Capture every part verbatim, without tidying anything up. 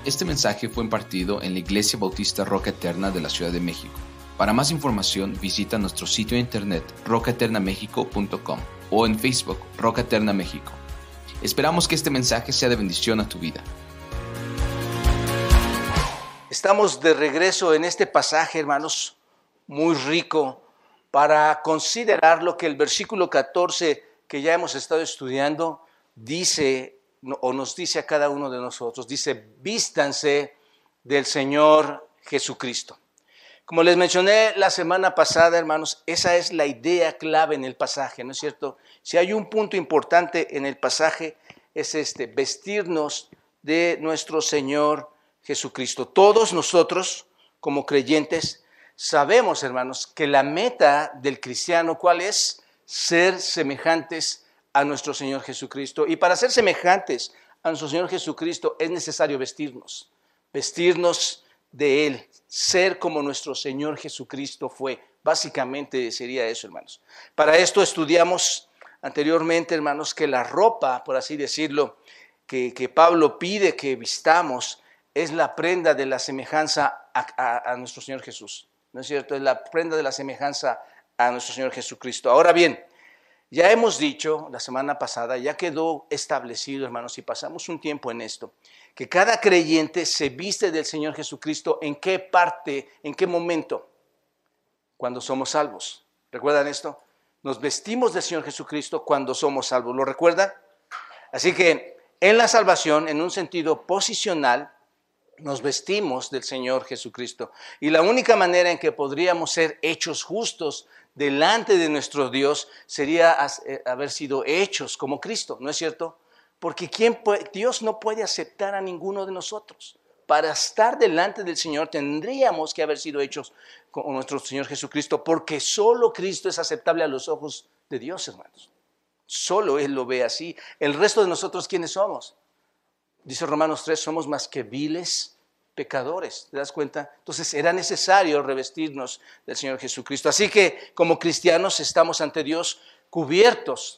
Este mensaje fue impartido en la Iglesia Bautista Roca Eterna de la Ciudad de México. Para más información, visita nuestro sitio de internet roca eterna mexico punto com o en Facebook Roca Eterna México. Esperamos que este mensaje sea de bendición a tu vida. Estamos de regreso en este pasaje, hermanos, muy rico para considerar lo que el versículo catorce que ya hemos estado estudiando dice o nos dice a cada uno de nosotros. Dice, vístanse del Señor Jesucristo. Como les mencioné la semana pasada, hermanos, esa es la idea clave en el pasaje, ¿no es cierto? Si hay un punto importante en el pasaje, es este, vestirnos de nuestro Señor Jesucristo. Todos nosotros, como creyentes, sabemos, hermanos, que la meta del cristiano, ¿cuál es? Ser semejantes a nuestro Señor Jesucristo. Y para ser semejantes a nuestro Señor Jesucristo es necesario vestirnos, vestirnos de Él, ser como nuestro Señor Jesucristo fue. Básicamente sería eso, hermanos. Para esto estudiamos anteriormente, hermanos, que la ropa, por así decirlo, que, que Pablo pide que vistamos, es la prenda de la semejanza a, a, a nuestro Señor Jesús. ¿No es cierto? Es la prenda de la semejanza a nuestro Señor Jesucristo. Ahora bien, ya hemos dicho la semana pasada, ya quedó establecido, hermanos, y pasamos un tiempo en esto, que cada creyente se viste del Señor Jesucristo. ¿En qué parte, en qué momento? Cuando somos salvos. ¿Recuerdan esto? Nos vestimos del Señor Jesucristo cuando somos salvos. ¿Lo recuerdan? Así que en la salvación, en un sentido posicional, nos vestimos del Señor Jesucristo. Y la única manera en que podríamos ser hechos justos delante de nuestro Dios sería haber sido hechos como Cristo, ¿no es cierto? Porque ¿quién puede? Dios no puede aceptar a ninguno de nosotros. Para estar delante del Señor tendríamos que haber sido hechos como nuestro Señor Jesucristo, porque solo Cristo es aceptable a los ojos de Dios, hermanos. Solo Él lo ve así. El resto de nosotros, ¿quiénes somos? Dice Romanos tres, somos más que viles pecadores, ¿te das cuenta? Entonces era necesario revestirnos del Señor Jesucristo. Así que como cristianos estamos ante Dios cubiertos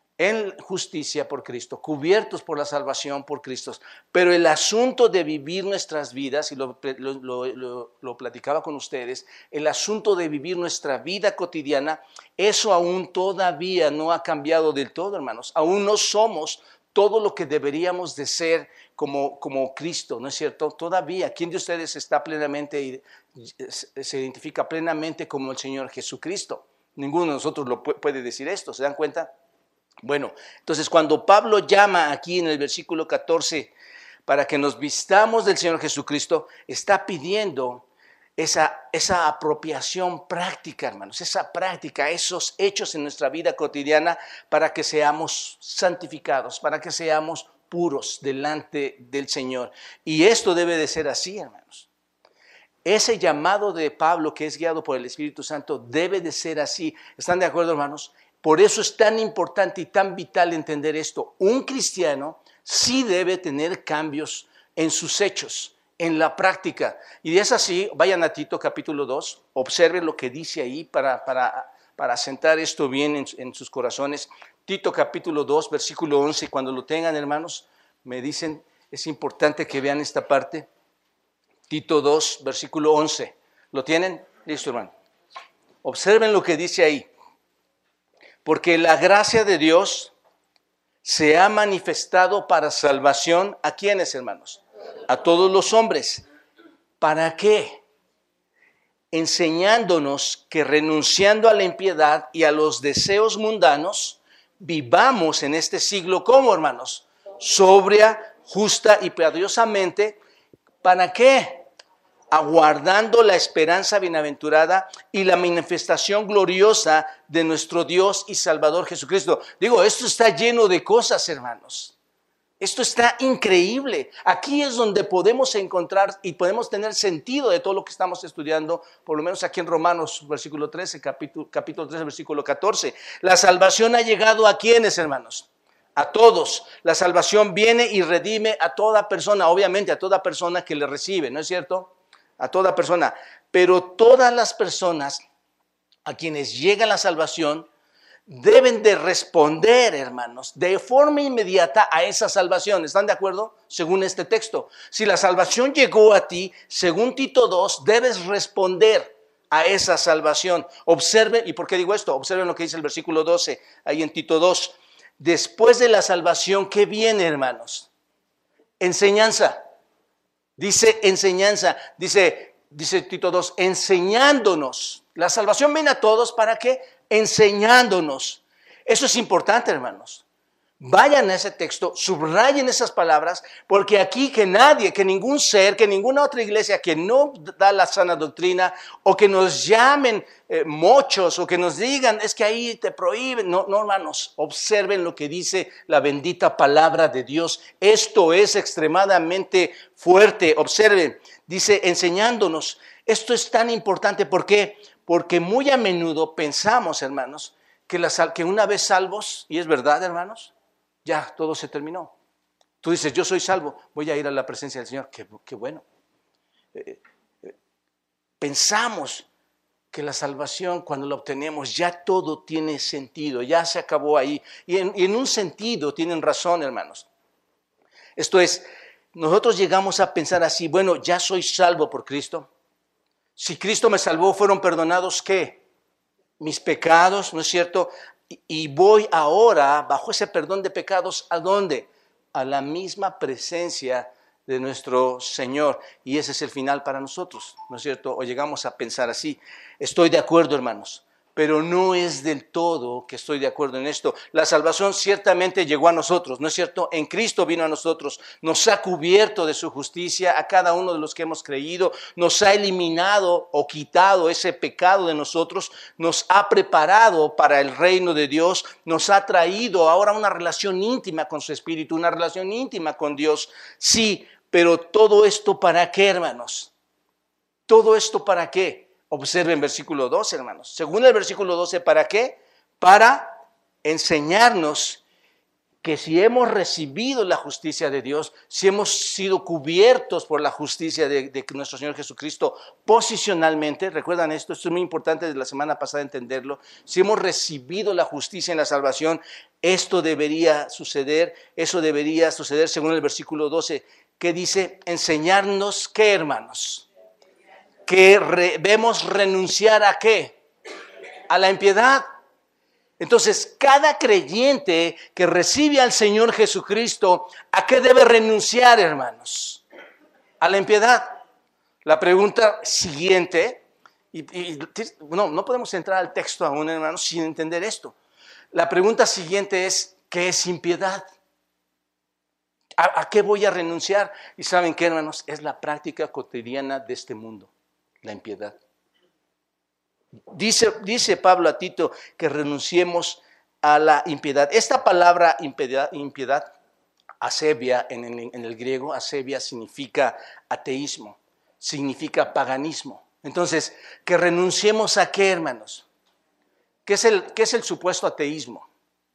en justicia por Cristo, cubiertos por la salvación por Cristo. Pero el asunto de vivir nuestras vidas, y lo, lo, lo, lo platicaba con ustedes, el asunto de vivir nuestra vida cotidiana, eso aún todavía no ha cambiado del todo, hermanos. Aún no somos todo lo que deberíamos de ser como, como Cristo, ¿no es cierto? Todavía, ¿quién de ustedes está plenamente, se identifica plenamente como el Señor Jesucristo? Ninguno de nosotros lo puede decir esto, ¿se dan cuenta? Bueno, entonces cuando Pablo llama aquí en el versículo catorce para que nos vistamos del Señor Jesucristo, está pidiendo esa, esa apropiación práctica, hermanos, esa práctica, esos hechos en nuestra vida cotidiana para que seamos santificados, para que seamos puros delante del Señor. Y esto debe de ser así, hermanos. Ese llamado de Pablo, que es guiado por el Espíritu Santo, debe de ser así. ¿Están de acuerdo, hermanos? Por eso es tan importante y tan vital entender esto. Un cristiano sí debe tener cambios en sus hechos, en la práctica. Y es así, vayan a Tito capítulo dos, observen lo que dice ahí para, para, para asentar esto bien en, en sus corazones. Tito capítulo dos, versículo once, cuando lo tengan, hermanos, me dicen, es importante que vean esta parte. Tito dos, versículo once. ¿Lo tienen? Listo, hermano. Observen lo que dice ahí. Porque la gracia de Dios se ha manifestado para salvación, ¿a quiénes, hermanos? A todos los hombres. ¿Para qué? Enseñándonos que renunciando a la impiedad y a los deseos mundanos, vivamos en este siglo, ¿cómo, hermanos? Sobria, justa y piadosamente. ¿Para qué? Aguardando la esperanza bienaventurada y la manifestación gloriosa de nuestro Dios y Salvador Jesucristo. Digo, esto está lleno de cosas, hermanos. Esto está increíble. Aquí es donde podemos encontrar y podemos tener sentido de todo lo que estamos estudiando, por lo menos aquí en Romanos, versículo trece, capítulo, capítulo trece, versículo catorce. La salvación ha llegado ¿a quiénes, hermanos? A todos. La salvación viene y redime a toda persona, obviamente a toda persona que le recibe, ¿no es cierto? A toda persona. Pero todas las personas a quienes llega la salvación deben de responder, hermanos, de forma inmediata a esa salvación. ¿Están de acuerdo? Según este texto. Si la salvación llegó a ti, según Tito dos, debes responder a esa salvación. Observen, ¿y por qué digo esto? Observen lo que dice el versículo doce, ahí en Tito dos. Después de la salvación, ¿qué viene, hermanos? Enseñanza. Dice enseñanza, dice, dice Tito dos, enseñándonos. La salvación viene a todos, ¿para qué? Enseñándonos. Eso es importante, hermanos. Vayan a ese texto, subrayen esas palabras, porque aquí que nadie, que ningún ser, que ninguna otra iglesia que no da la sana doctrina, o que nos llamen eh, mochos, o que nos digan, es que ahí te prohíben. No, no, hermanos, observen lo que dice la bendita palabra de Dios. Esto es extremadamente fuerte. Observen, dice enseñándonos. Esto es tan importante, ¿por qué? Porque muy a menudo pensamos, hermanos, que, la, que una vez salvos, y es verdad, hermanos, ya todo se terminó. Tú dices, yo soy salvo, voy a ir a la presencia del Señor. Qué, qué bueno. Eh, eh, pensamos que la salvación, cuando la obtenemos, ya todo tiene sentido, ya se acabó ahí. Y en, y en un sentido tienen razón, hermanos. Esto es, nosotros llegamos a pensar así, bueno, ya soy salvo por Cristo. Si Cristo me salvó, ¿fueron perdonados qué? Mis pecados, ¿no es cierto? Y voy ahora, bajo ese perdón de pecados, ¿a dónde? A la misma presencia de nuestro Señor. Y ese es el final para nosotros, ¿no es cierto? O llegamos a pensar así. Estoy de acuerdo, hermanos, pero no es del todo que estoy de acuerdo en esto. La salvación ciertamente llegó a nosotros, ¿no es cierto? En Cristo vino a nosotros, nos ha cubierto de su justicia a cada uno de los que hemos creído, nos ha eliminado o quitado ese pecado de nosotros, nos ha preparado para el reino de Dios, nos ha traído ahora una relación íntima con su Espíritu, una relación íntima con Dios. Sí, pero todo esto ¿para qué, hermanos? ¿Todo esto para qué? Observen versículo doce, hermanos. Según el versículo doce, ¿para qué? Para enseñarnos que si hemos recibido la justicia de Dios, si hemos sido cubiertos por la justicia de, de nuestro Señor Jesucristo posicionalmente, recuerdan esto, esto es muy importante desde la semana pasada entenderlo, si hemos recibido la justicia en la salvación, esto debería suceder, eso debería suceder según el versículo doce, que dice, enseñarnos ¿qué, hermanos? Que re, debemos renunciar a ¿qué? A la impiedad. Entonces, cada creyente que recibe al Señor Jesucristo, ¿a qué debe renunciar, hermanos? A la impiedad. La pregunta siguiente, y, y no, no podemos entrar al texto aún, hermanos, sin entender esto. La pregunta siguiente es, ¿qué es impiedad? ¿A, a qué voy a renunciar? Y ¿saben qué, hermanos? Es la práctica cotidiana de este mundo. La impiedad. Dice, dice Pablo a Tito que renunciemos a la impiedad. Esta palabra impiedad, impiedad asebia en el, en el griego, asebia significa ateísmo, significa paganismo. Entonces, que renunciemos a ¿qué, hermanos? ¿Qué es el, qué es el supuesto ateísmo?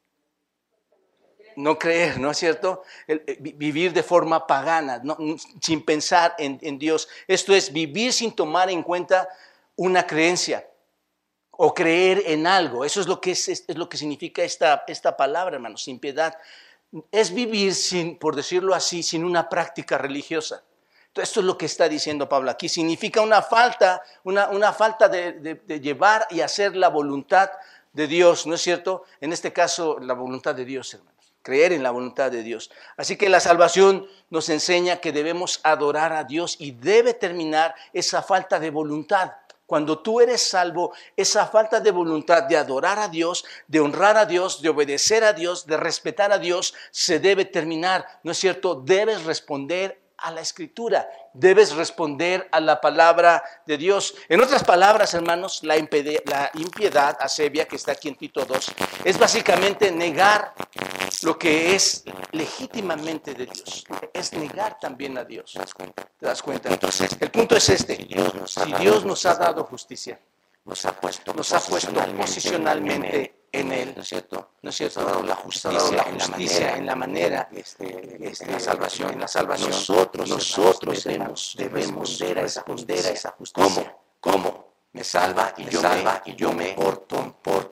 No creer, ¿no es cierto? El, el, vivir de forma pagana, no, sin pensar en, en Dios. Esto es vivir sin tomar en cuenta una creencia o creer en algo. Eso es lo que, es, es lo que significa esta, esta palabra, hermanos, sin piedad. Es vivir, sin, por decirlo así, sin una práctica religiosa. Entonces, esto es lo que está diciendo Pablo aquí. Significa una falta, una, una falta de, de, de llevar y hacer la voluntad de Dios, ¿no es cierto? En este caso, la voluntad de Dios, hermano. Creer en la voluntad de Dios. Así que la salvación nos enseña que debemos adorar a Dios y debe terminar esa falta de voluntad. Cuando tú eres salvo, esa falta de voluntad de adorar a Dios, de honrar a Dios, de obedecer a Dios, de respetar a Dios, se debe terminar. ¿No es cierto? Debes responder a la Escritura, debes responder a la palabra de Dios. En otras palabras, hermanos, la impiedad, la impiedad asebia, que está aquí en Tito dos, es básicamente negar lo que es legítimamente de Dios. Es negar también a Dios. ¿Te das cuenta? Entonces, el punto es este. Si Dios nos ha dado justicia, nos ha puesto, nos ha puesto posicionalmente en Él, ¿no es cierto? ¿No es cierto? Nos ha dado la justicia, la justicia en la manera, este, este, en la salvación, en la salvación. Nosotros, nosotros debemos, debemos responder a esa justicia. ¿Cómo? ¿Cómo? Me salva y me yo salva me, y yo me porto, porto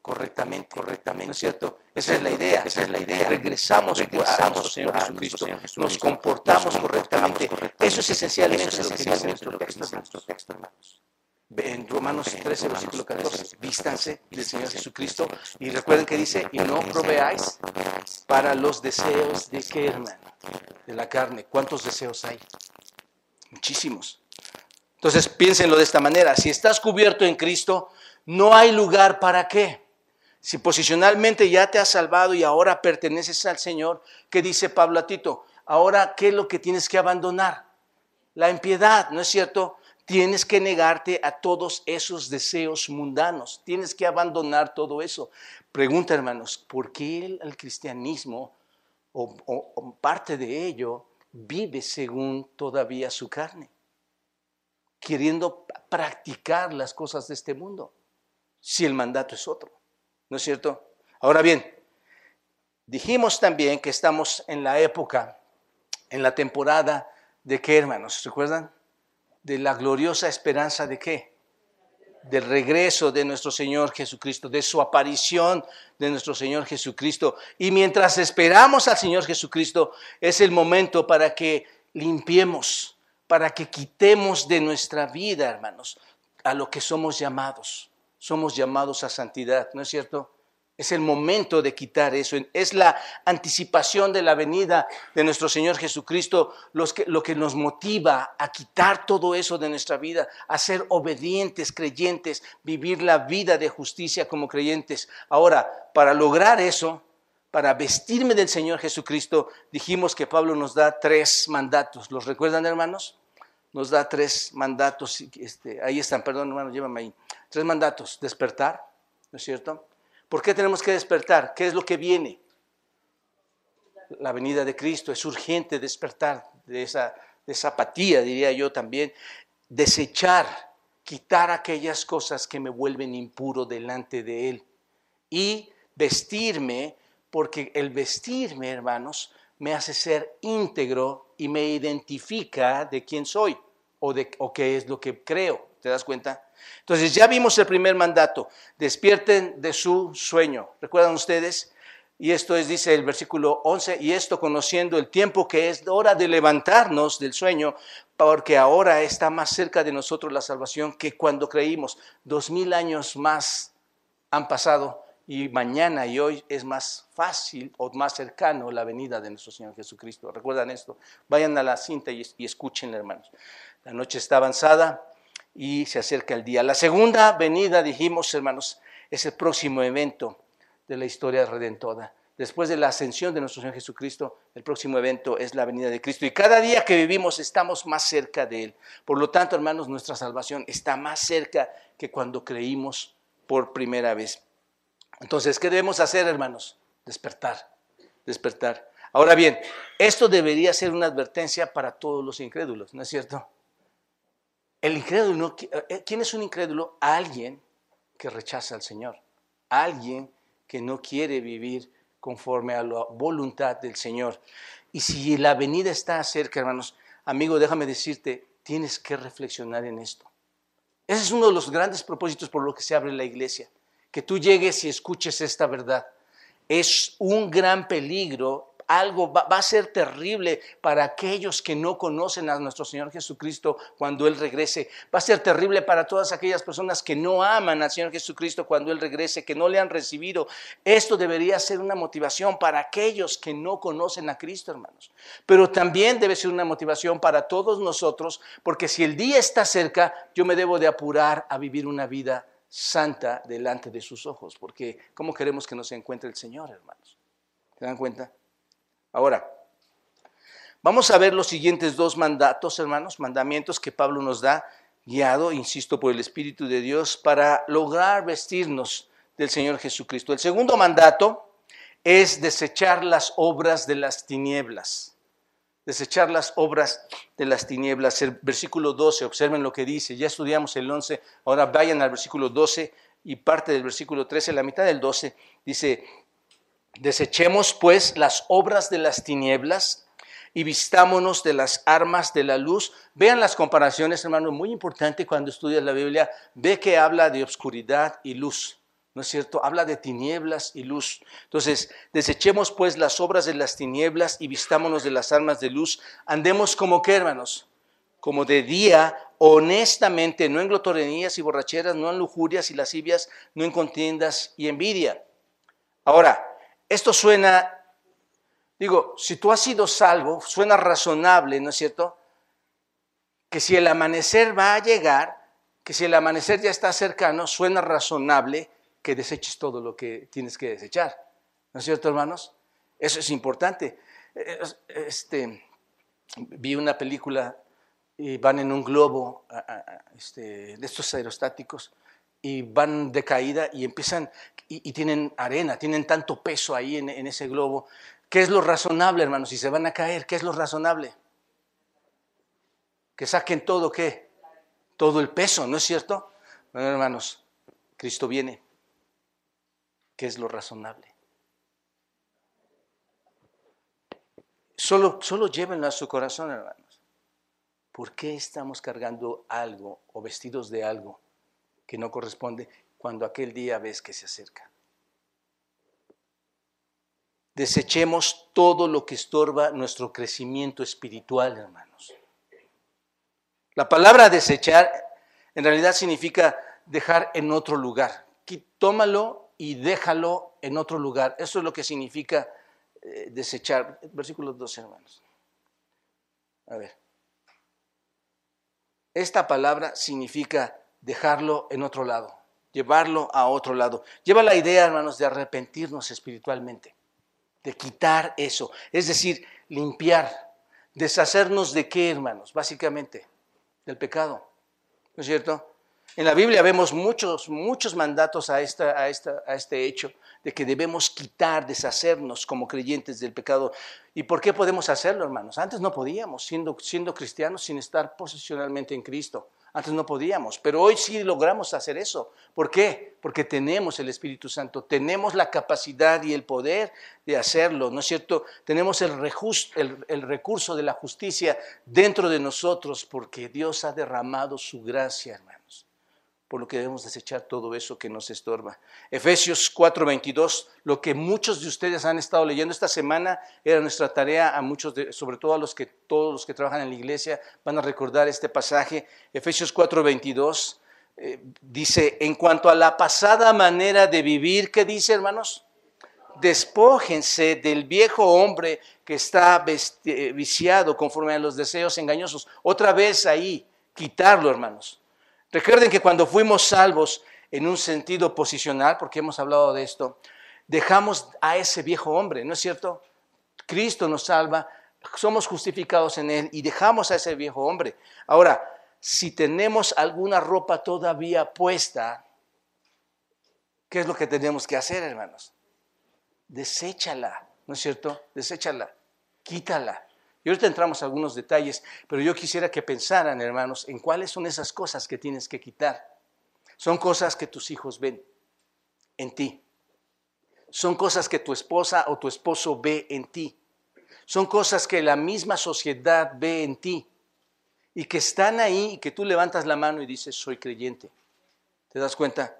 correctamente, correctamente, ¿no es cierto? Esa es la idea, esa es la idea. Regresamos, regresamos a nuestro Señor Jesucristo, nos comportamos correctamente. Eso es esencialmente lo que dice nuestro texto, hermanos. En Romanos trece, versículo catorce, vístanse del Señor Jesucristo y recuerden que dice, y no proveáis para los deseos de qué, hermano, de la carne. ¿Cuántos deseos hay? Muchísimos. Entonces piénsenlo de esta manera, si estás cubierto en Cristo, no hay lugar para qué. Si posicionalmente ya te has salvado y ahora perteneces al Señor, ¿qué dice Pablo a Tito? Ahora, ¿qué es lo que tienes que abandonar? La impiedad, ¿no es cierto? Tienes que negarte a todos esos deseos mundanos. Tienes que abandonar todo eso. Pregunta, hermanos, ¿por qué el, el cristianismo o, o, o parte de ello vive según todavía su carne? Queriendo practicar las cosas de este mundo, si el mandato es otro, ¿no es cierto? Ahora bien, dijimos también que estamos en la época, en la temporada de ¿qué, hermanos? ¿Recuerdan? De la gloriosa esperanza de ¿qué? Del regreso de nuestro Señor Jesucristo, de su aparición de nuestro Señor Jesucristo. Y mientras esperamos al Señor Jesucristo, es el momento para que limpiemos, para que quitemos de nuestra vida, hermanos, a lo que somos llamados. Somos llamados a santidad, ¿no es cierto? Es el momento de quitar eso. Es la anticipación de la venida de nuestro Señor Jesucristo los que, lo que nos motiva a quitar todo eso de nuestra vida, a ser obedientes, creyentes, vivir la vida de justicia como creyentes. Ahora, para lograr eso, para vestirme del Señor Jesucristo, dijimos que Pablo nos da tres mandatos. ¿Los recuerdan, hermanos? Nos da tres mandatos. Este, ahí están, perdón, hermanos, llévame ahí. Tres mandatos. Despertar, ¿no es cierto? ¿Por qué tenemos que despertar? ¿Qué es lo que viene? La venida de Cristo. Es urgente despertar de esa, de esa apatía, diría yo también. Desechar, quitar aquellas cosas que me vuelven impuro delante de Él. Y vestirme, porque el vestirme, hermanos, me hace ser íntegro y me identifica de quién soy o, de, o qué es lo que creo. ¿Te das cuenta? Entonces ya vimos el primer mandato, despierten de su sueño. ¿Recuerdan ustedes? Y esto es, dice el versículo once, y esto conociendo el tiempo que es hora de levantarnos del sueño, porque ahora está más cerca de nosotros la salvación que cuando creímos. Dos mil años más han pasado y mañana y hoy es más fácil o más cercano la venida de nuestro Señor Jesucristo. ¿Recuerdan esto? Vayan a la cinta y, y escúchenla, hermanos. La noche está avanzada y se acerca el día. La segunda venida, dijimos, hermanos, es el próximo evento de la historia redentora. Después de la ascensión de nuestro Señor Jesucristo, el próximo evento es la venida de Cristo. Y cada día que vivimos estamos más cerca de Él. Por lo tanto, hermanos, nuestra salvación está más cerca que cuando creímos por primera vez. Entonces, ¿qué debemos hacer, hermanos? Despertar, despertar. Ahora bien, esto debería ser una advertencia para todos los incrédulos, ¿no es cierto? El incrédulo, ¿quién es un incrédulo? Alguien que rechaza al Señor, alguien que no quiere vivir conforme a la voluntad del Señor. Y si la venida está cerca, hermanos, amigo, déjame decirte, tienes que reflexionar en esto. Ese es uno de los grandes propósitos por los que se abre la iglesia, que tú llegues y escuches esta verdad. Es un gran peligro. Algo va, va a ser terrible para aquellos que no conocen a nuestro Señor Jesucristo cuando Él regrese. Va a ser terrible para todas aquellas personas que no aman al Señor Jesucristo cuando Él regrese, que no le han recibido. Esto debería ser una motivación para aquellos que no conocen a Cristo, hermanos. Pero también debe ser una motivación para todos nosotros, porque si el día está cerca, yo me debo de apurar a vivir una vida santa delante de sus ojos, porque ¿cómo queremos que nos encuentre el Señor, hermanos? ¿Se dan cuenta? Ahora, vamos a ver los siguientes dos mandatos, hermanos, mandamientos que Pablo nos da, guiado, insisto, por el Espíritu de Dios, para lograr vestirnos del Señor Jesucristo. El segundo mandato es desechar las obras de las tinieblas. Desechar las obras de las tinieblas. El versículo doce, observen lo que dice, ya estudiamos el once, ahora vayan al versículo doce y parte del versículo trece, la mitad del doce, dice: desechemos pues las obras de las tinieblas y vistámonos de las armas de la luz. Vean las comparaciones, hermano, muy importante cuando estudias la Biblia, ve que habla de oscuridad y luz. ¿no es cierto? Habla de tinieblas y luz. Entonces, desechemos pues las obras de las tinieblas y vistámonos de las armas de luz. Andemos como qué, hermanos, como de día, honestamente, no en glotonerías y borracheras, no en lujurias y lascivias, no en contiendas y envidia. Ahora, esto suena, digo, si tú has sido salvo, suena razonable, ¿no es cierto? Que si el amanecer va a llegar, que si el amanecer ya está cercano, suena razonable que deseches todo lo que tienes que desechar. ¿No es cierto, hermanos? Eso es importante. Este, vi una película y van en un globo este, de estos aerostáticos y van de caída y empiezan, y, y tienen arena, tienen tanto peso ahí en, en ese globo. ¿Qué es lo razonable, hermanos? Si se van a caer, ¿qué es lo razonable? Que saquen todo, ¿qué? Todo el peso, ¿no es cierto? Bueno, hermanos, Cristo viene. ¿Qué es lo razonable? Solo, solo llévenlo a su corazón, hermanos. ¿Por qué estamos cargando algo o vestidos de algo que no corresponde cuando aquel día ves que se acerca? Desechemos todo lo que estorba nuestro crecimiento espiritual, hermanos. La palabra desechar en realidad significa dejar en otro lugar. Tómalo y déjalo en otro lugar. Eso es lo que significa eh, desechar. Versículo doce, hermanos. A ver. Esta palabra significa dejarlo en otro lado, llevarlo a otro lado. Lleva la idea, hermanos, de arrepentirnos espiritualmente, de quitar eso. Es decir, limpiar, deshacernos de qué, hermanos, básicamente, del pecado. ¿No es cierto? En la Biblia vemos muchos, muchos mandatos a, esta, a, esta, a este hecho de que debemos quitar, deshacernos como creyentes del pecado. ¿Y por qué podemos hacerlo, hermanos? Antes no podíamos, siendo, siendo cristianos sin estar posicionalmente en Cristo. Antes no podíamos, pero hoy sí logramos hacer eso. ¿Por qué? Porque tenemos el Espíritu Santo, tenemos la capacidad y el poder de hacerlo, ¿no es cierto? Tenemos el, rejust, el, el recurso de la justicia dentro de nosotros porque Dios ha derramado su gracia, hermanos. Por lo que debemos desechar todo eso que nos estorba. Efesios cuatro veintidós, lo que muchos de ustedes han estado leyendo esta semana, era nuestra tarea a muchos, de, sobre todo a los que, todos los que trabajan en la iglesia, van a recordar este pasaje. Efesios cuatro veintidós eh, dice, en cuanto a la pasada manera de vivir, ¿qué dice, hermanos? Despójense del viejo hombre que está viciado conforme a los deseos engañosos. Otra vez ahí, quitarlo, hermanos. Recuerden que cuando fuimos salvos en un sentido posicional, porque hemos hablado de esto, dejamos a ese viejo hombre, ¿no es cierto? Cristo nos salva, somos justificados en Él y dejamos a ese viejo hombre. Ahora, si tenemos alguna ropa todavía puesta, ¿qué es lo que tenemos que hacer, hermanos? Deséchala, ¿no es cierto? Deséchala, quítala. Y ahorita entramos a algunos detalles, pero yo quisiera que pensaran, hermanos, en cuáles son esas cosas que tienes que quitar. Son cosas que tus hijos ven en ti. Son cosas que tu esposa o tu esposo ve en ti. Son cosas que la misma sociedad ve en ti y que están ahí y que tú levantas la mano y dices, soy creyente. ¿Te das cuenta?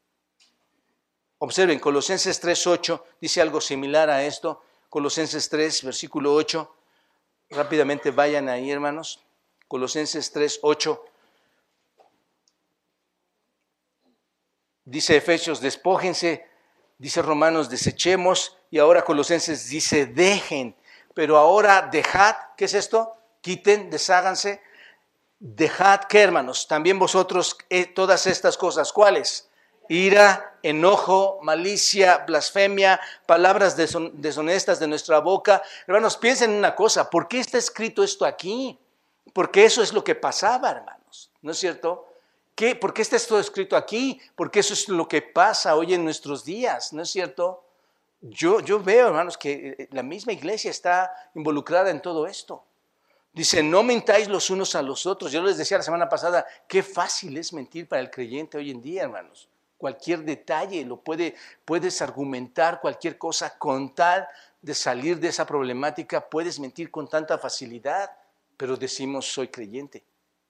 Observen, Colosenses tres ocho dice algo similar a esto. Colosenses tres, versículo ocho. Rápidamente vayan ahí, hermanos. Colosenses tres ocho. Dice Efesios, despójense. Dice Romanos, desechemos. Y ahora Colosenses dice, dejen. Pero ahora dejad, ¿qué es esto? Quiten, desháganse. Dejad, ¿qué, hermanos? También vosotros eh, todas estas cosas. ¿Cuáles? Ira, enojo, malicia, blasfemia, palabras deshonestas de nuestra boca. Hermanos, piensen en una cosa, ¿por qué está escrito esto aquí? Porque eso es lo que pasaba, hermanos, ¿no es cierto? ¿Qué? ¿Por qué está esto escrito aquí? Porque eso es lo que pasa hoy en nuestros días, ¿no es cierto? Yo, yo veo, hermanos, que la misma iglesia está involucrada en todo esto. Dice, no mintáis los unos a los otros. Yo les decía la semana pasada, qué fácil es mentir para el creyente hoy en día, hermanos. Cualquier detalle, lo puede, puedes argumentar cualquier cosa con tal de salir de esa problemática, puedes mentir con tanta facilidad, pero decimos soy creyente.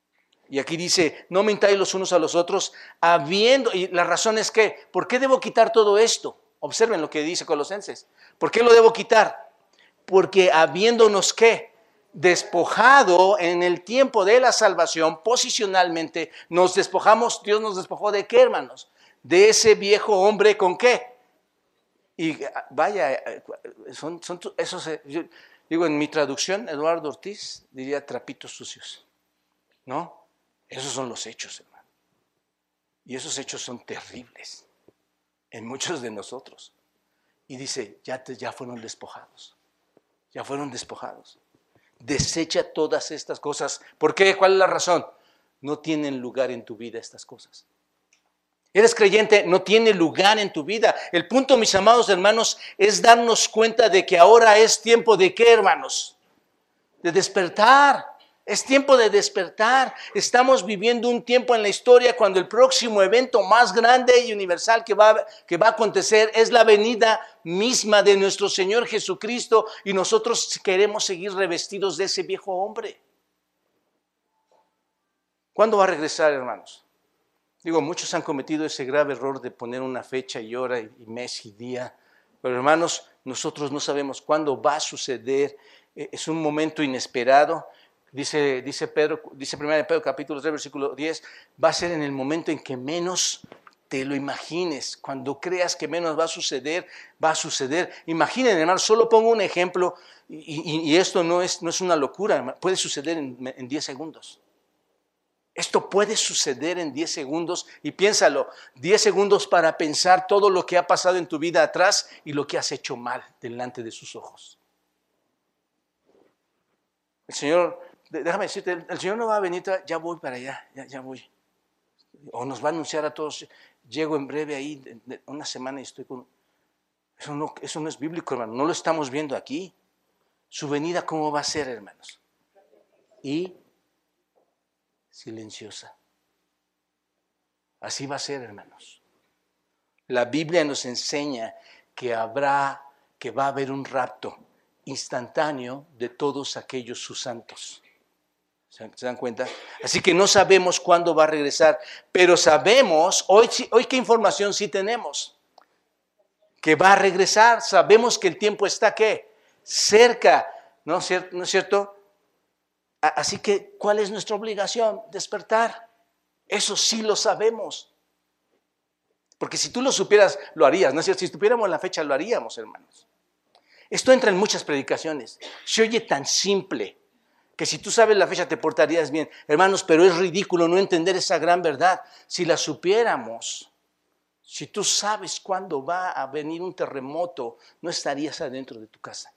Y aquí dice, no mintáis los unos a los otros, habiendo, y la razón es que, ¿por qué debo quitar todo esto? Observen lo que dice Colosenses. ¿Por qué lo debo quitar? Porque habiéndonos, ¿qué? Despojado en el tiempo de la salvación, posicionalmente, nos despojamos, Dios nos despojó ¿de qué, hermanos? De ese viejo hombre, ¿con qué? Y vaya, son, son esos, yo digo en mi traducción, Eduardo Ortiz diría trapitos sucios, ¿no? Esos son los hechos, hermano. Y esos hechos son terribles en muchos de nosotros. Y dice, ya, te, ya fueron despojados, ya fueron despojados. Desecha todas estas cosas. ¿Por qué? ¿Cuál es la razón? No tienen lugar en tu vida estas cosas. Eres creyente, no tiene lugar en tu vida. El punto, mis amados hermanos, es darnos cuenta de que ahora es tiempo de ¿qué, hermanos? De despertar. Es tiempo de despertar. Estamos viviendo un tiempo en la historia cuando el próximo evento más grande y universal que va, que va a acontecer es la venida misma de nuestro Señor Jesucristo, y nosotros queremos seguir revestidos de ese viejo hombre. ¿Cuándo va a regresar, hermanos? Digo, muchos han cometido ese grave error de poner una fecha y hora y mes y día, pero hermanos, nosotros no sabemos cuándo va a suceder. Es un momento inesperado. Dice, dice Pedro, dice primera de Pedro capítulo tres versículo diez, va a ser en el momento en que menos te lo imagines. Cuando creas que menos va a suceder, va a suceder. Imaginen, hermanos, solo pongo un ejemplo, y, y, y esto no es, no es una locura, hermano. Puede suceder en, en diez segundos. Esto puede suceder en diez segundos, y piénsalo, diez segundos para pensar todo lo que ha pasado en tu vida atrás y lo que has hecho mal delante de sus ojos. El Señor, déjame decirte, el, el Señor no va a venir, ya voy para allá, ya, ya voy. O nos va a anunciar a todos, llego en breve ahí, de, de una semana y estoy con... Eso no, eso no es bíblico, hermano, no lo estamos viendo aquí. Su venida, ¿cómo va a ser, hermanos? Y silenciosa. Así va a ser, hermanos. La Biblia nos enseña que habrá, que va a haber un rapto instantáneo de todos aquellos sus santos. ¿Se dan cuenta? Así que no sabemos cuándo va a regresar, pero sabemos, hoy, hoy qué información sí tenemos, que va a regresar. Sabemos que el tiempo está, ¿qué? Cerca, ¿no es cierto? ¿No es cierto? Así que, ¿cuál es nuestra obligación? Despertar. Eso sí lo sabemos. Porque si tú lo supieras, lo harías, ¿no es cierto? Si supiéramos la fecha, lo haríamos, hermanos. Esto entra en muchas predicaciones. Se oye tan simple que si tú sabes la fecha te portarías bien. Hermanos, pero es ridículo no entender esa gran verdad. Si la supiéramos, si tú sabes cuándo va a venir un terremoto, no estarías adentro de tu casa.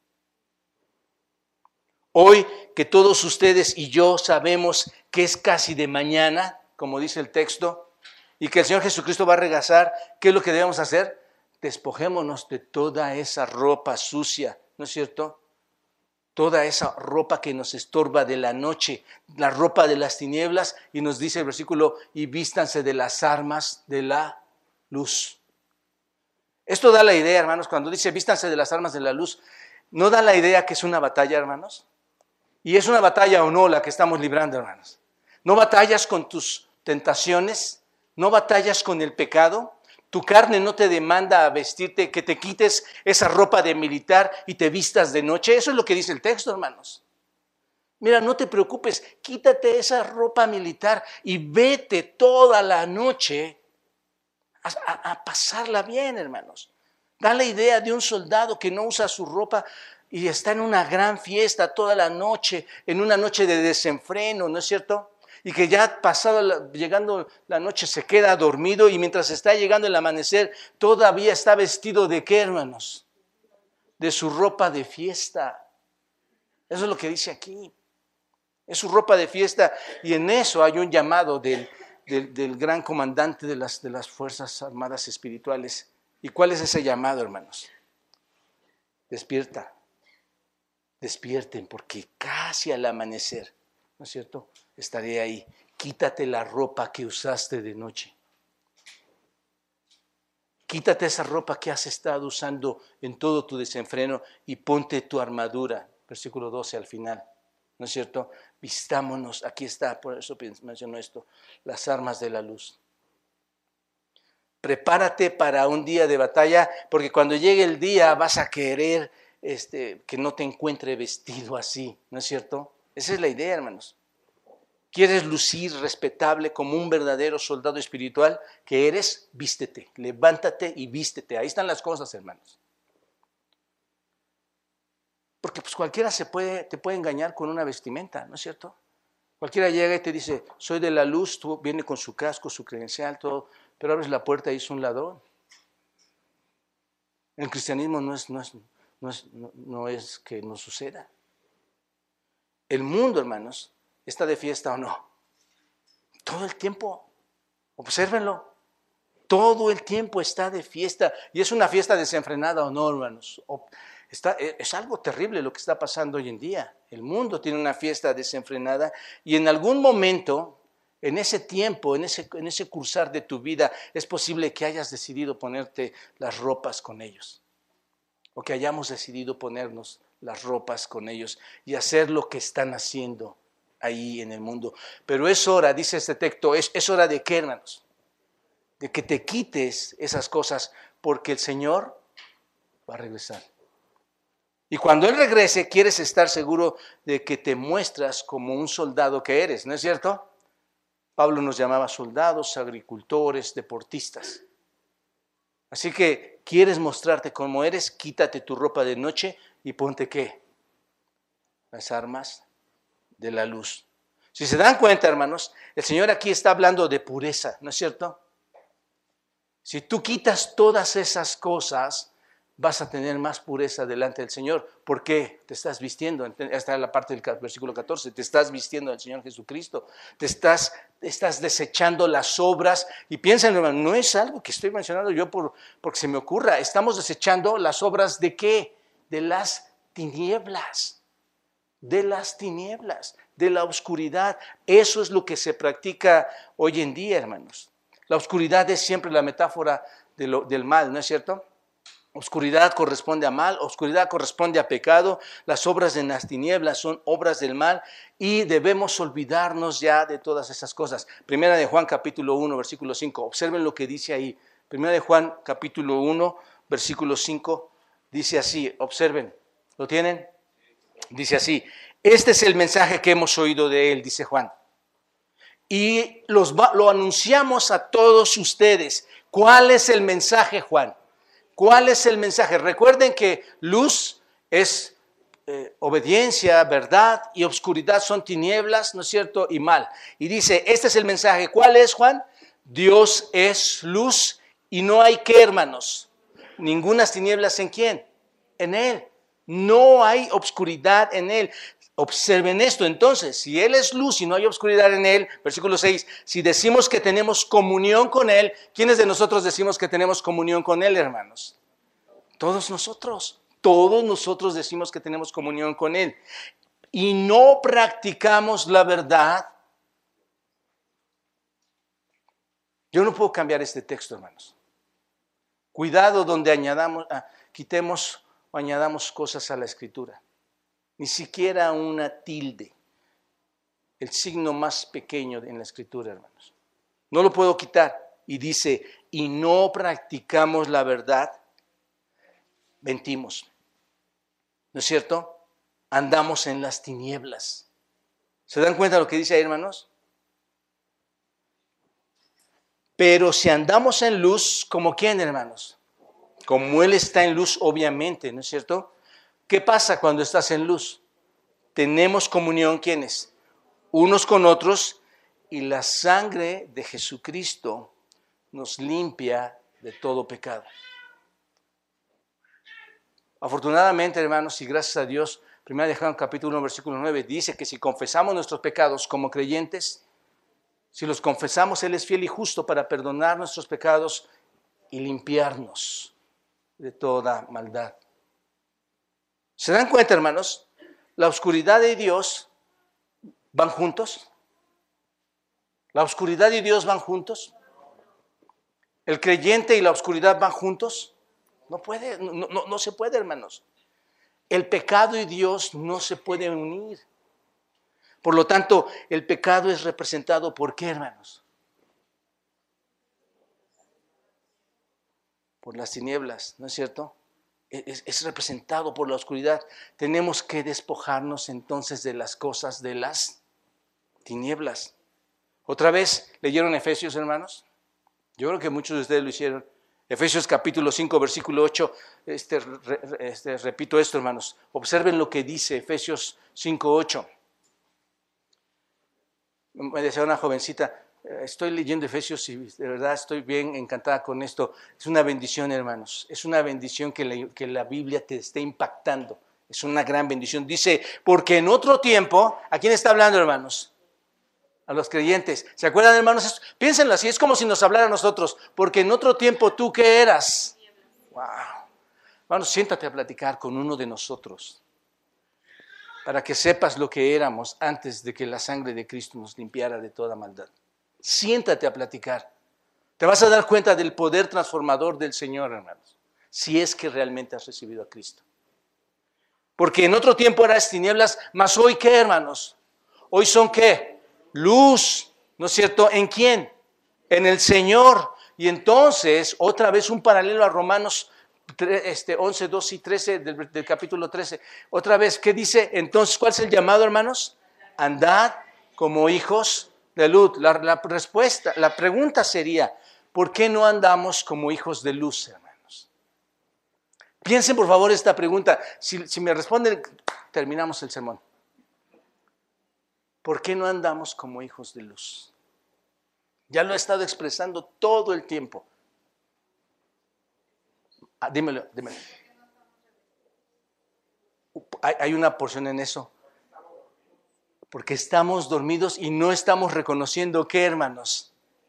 Hoy que todos ustedes y yo sabemos que es casi de mañana, como dice el texto, y que el Señor Jesucristo va a regresar, ¿qué es lo que debemos hacer? Despojémonos de toda esa ropa sucia, ¿no es cierto? Toda esa ropa que nos estorba de la noche, la ropa de las tinieblas, y nos dice el versículo, y vístanse de las armas de la luz. Esto da la idea, hermanos, cuando dice vístanse de las armas de la luz, ¿no da la idea que es una batalla, hermanos? Y es una batalla o no la que estamos librando, hermanos. No batallas con tus tentaciones, no batallas con el pecado. Tu carne no te demanda a vestirte, que te quites esa ropa de militar y te vistas de noche. Eso es lo que dice el texto, hermanos. Mira, no te preocupes, quítate esa ropa militar y vete toda la noche a, a, a pasarla bien, hermanos. Da la idea de un soldado que no usa su ropa y está en una gran fiesta toda la noche, en una noche de desenfreno, ¿no es cierto? Y que ya pasado, la, llegando la noche se queda dormido, y mientras está llegando el amanecer todavía está vestido ¿de qué, hermanos? De su ropa de fiesta. Eso es lo que dice aquí. Es su ropa de fiesta, y en eso hay un llamado del, del, del gran comandante de las, de las Fuerzas Armadas Espirituales. ¿Y cuál es ese llamado, hermanos? Despierta. Despierten, porque casi al amanecer, ¿no es cierto?, estaré ahí. Quítate la ropa que usaste de noche. Quítate esa ropa que has estado usando en todo tu desenfreno y ponte tu armadura. Versículo doce al final, ¿no es cierto? vistámonos, aquí está, por eso menciono esto, las armas de la luz. Prepárate para un día de batalla, porque cuando llegue el día vas a querer este, que no te encuentre vestido así, ¿no es cierto? Esa es la idea, hermanos. ¿Quieres lucir respetable como un verdadero soldado espiritual que eres? Vístete, levántate y vístete. Ahí están las cosas, hermanos. Porque pues cualquiera se puede, te puede engañar con una vestimenta, ¿no es cierto? Cualquiera llega y te dice, soy de la luz, tú viene con su casco, su credencial, todo, pero abres la puerta y es un ladrón. El cristianismo no es, no es, no es, no, no es que no suceda. El mundo, hermanos, está de fiesta o no. Todo el tiempo, obsérvenlo, todo el tiempo está de fiesta. Y es una fiesta desenfrenada o no, hermanos. Está, es algo terrible lo que está pasando hoy en día. El mundo tiene una fiesta desenfrenada y en algún momento, en ese tiempo, en ese, en ese cursar de tu vida, es posible que hayas decidido ponerte las ropas con ellos. O que hayamos decidido ponernos las ropas con ellos y hacer lo que están haciendo ahí en el mundo. Pero es hora, dice este texto, es, es hora de qué, hermanos? De que te quites esas cosas porque el Señor va a regresar. Y cuando Él regrese, quieres estar seguro de que te muestras como un soldado que eres, ¿no es cierto? Pablo nos llamaba soldados, agricultores, deportistas. Así que, ¿quieres mostrarte como eres? Quítate tu ropa de noche y ponte ¿qué? Las armas de la luz. Si se dan cuenta, hermanos, el Señor aquí está hablando de pureza, ¿no es cierto? Si tú quitas todas esas cosas, vas a tener más pureza delante del Señor. ¿Por qué? Te estás vistiendo, esta es la parte del versículo catorce, te estás vistiendo del Señor Jesucristo, te estás, estás desechando las obras, y piensen, hermano, no es algo que estoy mencionando yo por, porque se me ocurra, estamos desechando las obras ¿de qué? De las tinieblas, de las tinieblas, de la oscuridad. Eso es lo que se practica hoy en día, hermanos. La oscuridad es siempre la metáfora de lo, del mal, ¿no es cierto? Oscuridad corresponde a mal, oscuridad corresponde a pecado, las obras de las tinieblas son obras del mal y debemos olvidarnos ya de todas esas cosas. Primera de Juan capítulo uno, versículo cinco, observen lo que dice ahí. Primera de Juan capítulo uno, versículo cinco, dice así, observen, ¿lo tienen? Dice así, este es el mensaje que hemos oído de él, dice Juan. Y los, lo anunciamos a todos ustedes. ¿Cuál es el mensaje, Juan? ¿Cuál es el mensaje? Recuerden que luz es eh, obediencia, verdad, y obscuridad son tinieblas, ¿no es cierto? Y mal. Y dice, este es el mensaje. ¿Cuál es, Juan? Dios es luz y no hay ¿qué, hermanos? Ningunas tinieblas ¿en quién? En Él. No hay obscuridad en Él. Observen esto, entonces, si Él es luz y no hay obscuridad en Él, versículo seis, si decimos que tenemos comunión con Él, ¿quiénes de nosotros decimos que tenemos comunión con Él, hermanos? Todos nosotros, todos nosotros decimos que tenemos comunión con Él. Y no practicamos la verdad. Yo no puedo cambiar este texto, hermanos. Cuidado donde añadamos, ah, quitemos o añadamos cosas a la Escritura. Ni siquiera una tilde, el signo más pequeño en la Escritura, hermanos. No lo puedo quitar. Y dice, y no practicamos la verdad, mentimos. ¿No es cierto? Andamos en las tinieblas. ¿Se dan cuenta de lo que dice ahí, hermanos? Pero si andamos en luz, ¿como quién, hermanos? Como Él está en luz, obviamente, ¿no es cierto? ¿Qué pasa cuando estás en luz? Tenemos comunión, ¿quiénes? Unos con otros, y la sangre de Jesucristo nos limpia de todo pecado. Afortunadamente, hermanos, y gracias a Dios, primera de Juan capítulo uno, versículo nueve, dice que si confesamos nuestros pecados como creyentes, si los confesamos, Él es fiel y justo para perdonar nuestros pecados y limpiarnos de toda maldad. ¿Se dan cuenta, hermanos? La oscuridad y Dios van juntos. ¿La oscuridad y Dios van juntos? ¿El creyente y la oscuridad van juntos? No puede, no, no, no se puede, hermanos. El pecado y Dios no se pueden unir. Por lo tanto, el pecado es representado ¿por qué, hermanos? Por las tinieblas, ¿no es cierto? Es, es representado por la oscuridad. Tenemos que despojarnos entonces de las cosas de las tinieblas. ¿Otra vez leyeron Efesios, hermanos? Yo creo que muchos de ustedes lo hicieron. Efesios capítulo cinco, versículo ocho. Este, re, este, repito esto, hermanos. Observen lo que dice Efesios cinco, ocho. Me decía una jovencita, estoy leyendo Efesios y de verdad estoy bien encantada con esto. Es una bendición, hermanos. Es una bendición que la, que la Biblia te esté impactando. Es una gran bendición. Dice, porque en otro tiempo, ¿a quién está hablando, hermanos? A los creyentes. ¿Se acuerdan, hermanos? Piénsenlo así, es como si nos hablara a nosotros. Porque en otro tiempo, ¿tú qué eras? Wow. Hermanos, siéntate a platicar con uno de nosotros para que sepas lo que éramos antes de que la sangre de Cristo nos limpiara de toda maldad. Siéntate a platicar. Te vas a dar cuenta del poder transformador del Señor, hermanos, si es que realmente has recibido a Cristo. Porque en otro tiempo eras tinieblas, mas hoy ¿qué, hermanos? Hoy son ¿qué? Luz, ¿no es cierto? ¿En quién? En el Señor. Y entonces, otra vez un paralelo a Romanos este, once, doce y trece del, del capítulo trece. Otra vez, ¿qué dice? Entonces, ¿cuál es el llamado, hermanos? Andad como hijos de luz. La, la respuesta, la pregunta sería, ¿por qué no andamos como hijos de luz, hermanos? Piensen por favor esta pregunta. Si, si me responden, terminamos el sermón. ¿Por qué no andamos como hijos de luz? Ya lo he estado expresando todo el tiempo. Ah, dímelo, dímelo. Hay, hay una porción en eso. Porque estamos dormidos y no estamos reconociendo ¿qué, hermanos?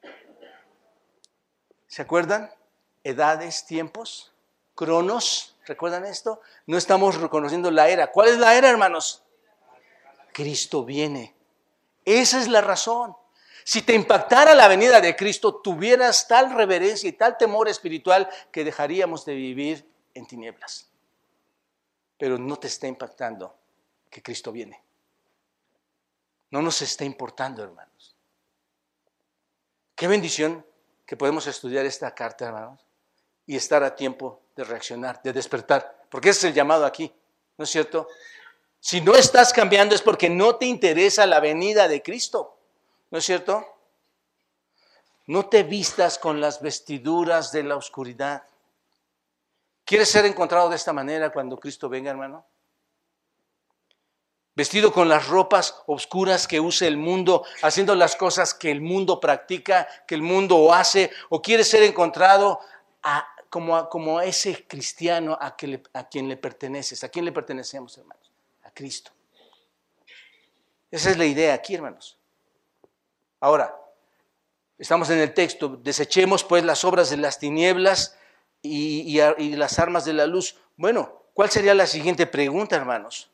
¿Se acuerdan? Edades, tiempos, cronos, ¿recuerdan esto? No estamos reconociendo la era. ¿Cuál es la era, hermanos? Cristo viene. Esa es la razón. Si te impactara la venida de Cristo, tuvieras tal reverencia y tal temor espiritual que dejaríamos de vivir en tinieblas. Pero no te está impactando que Cristo viene. No nos está importando, hermanos. Qué bendición que podemos estudiar esta carta, hermanos, y estar a tiempo de reaccionar, de despertar, porque ese es el llamado aquí, ¿no es cierto? Si no estás cambiando es porque no te interesa la venida de Cristo, ¿no es cierto? No te vistas con las vestiduras de la oscuridad. ¿Quieres ser encontrado de esta manera cuando Cristo venga, hermano? Vestido con las ropas oscuras que usa el mundo, haciendo las cosas que el mundo practica, que el mundo hace, o quieres ser encontrado a, como, a, como a ese cristiano a, que le, a quien le perteneces. ¿A quién le pertenecemos, hermanos? A Cristo. Esa es la idea aquí, hermanos. Ahora, estamos en el texto, desechemos pues las obras de las tinieblas y, y, y las armas de la luz. Bueno, ¿cuál sería la siguiente pregunta, hermanos?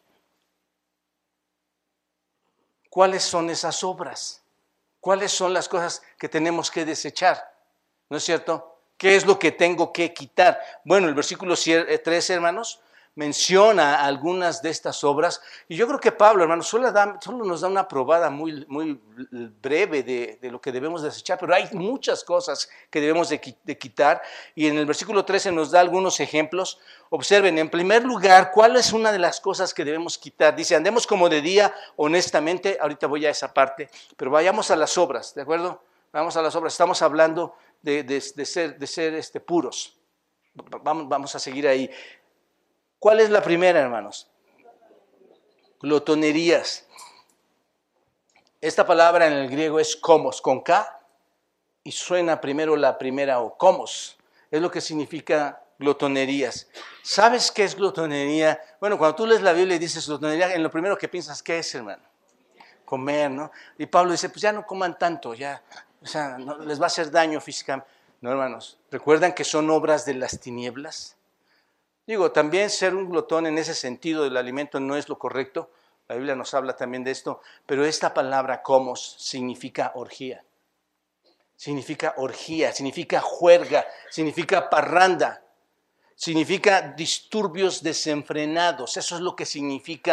¿Cuáles son esas obras? ¿Cuáles son las cosas que tenemos que desechar? ¿No es cierto? ¿Qué es lo que tengo que quitar? Bueno, el versículo trece, hermanos, menciona algunas de estas obras. Y yo creo que Pablo, hermanos, solo, da, solo nos da una probada muy, muy breve de, de lo que debemos desechar, pero hay muchas cosas que debemos de, de quitar. Y en el versículo trece nos da algunos ejemplos. Observen, en primer lugar, ¿cuál es una de las cosas que debemos quitar? Dice, andemos como de día, honestamente. Ahorita voy a esa parte, pero vayamos a las obras, ¿de acuerdo? Vamos a las obras. Estamos hablando de, de, de ser, de ser este, puros. Vamos, vamos a seguir ahí. ¿Cuál es la primera, hermanos? Glotonerías. Esta palabra en el griego es komos, con K, y suena primero la primera o komos. Es lo que significa glotonerías. ¿Sabes qué es glotonería? Bueno, cuando tú lees la Biblia y dices glotonería, en lo primero que piensas, ¿qué es, hermano? Comer, ¿no? Y Pablo dice, pues ya no coman tanto, ya, o sea, no, les va a hacer daño físicamente. No, hermanos, ¿recuerdan que son obras de las tinieblas? Digo, también ser un glotón en ese sentido del alimento no es lo correcto. La Biblia nos habla también de esto. Pero esta palabra komos significa orgía. Significa orgía, significa juerga, significa parranda. Significa disturbios desenfrenados. Eso es lo que significa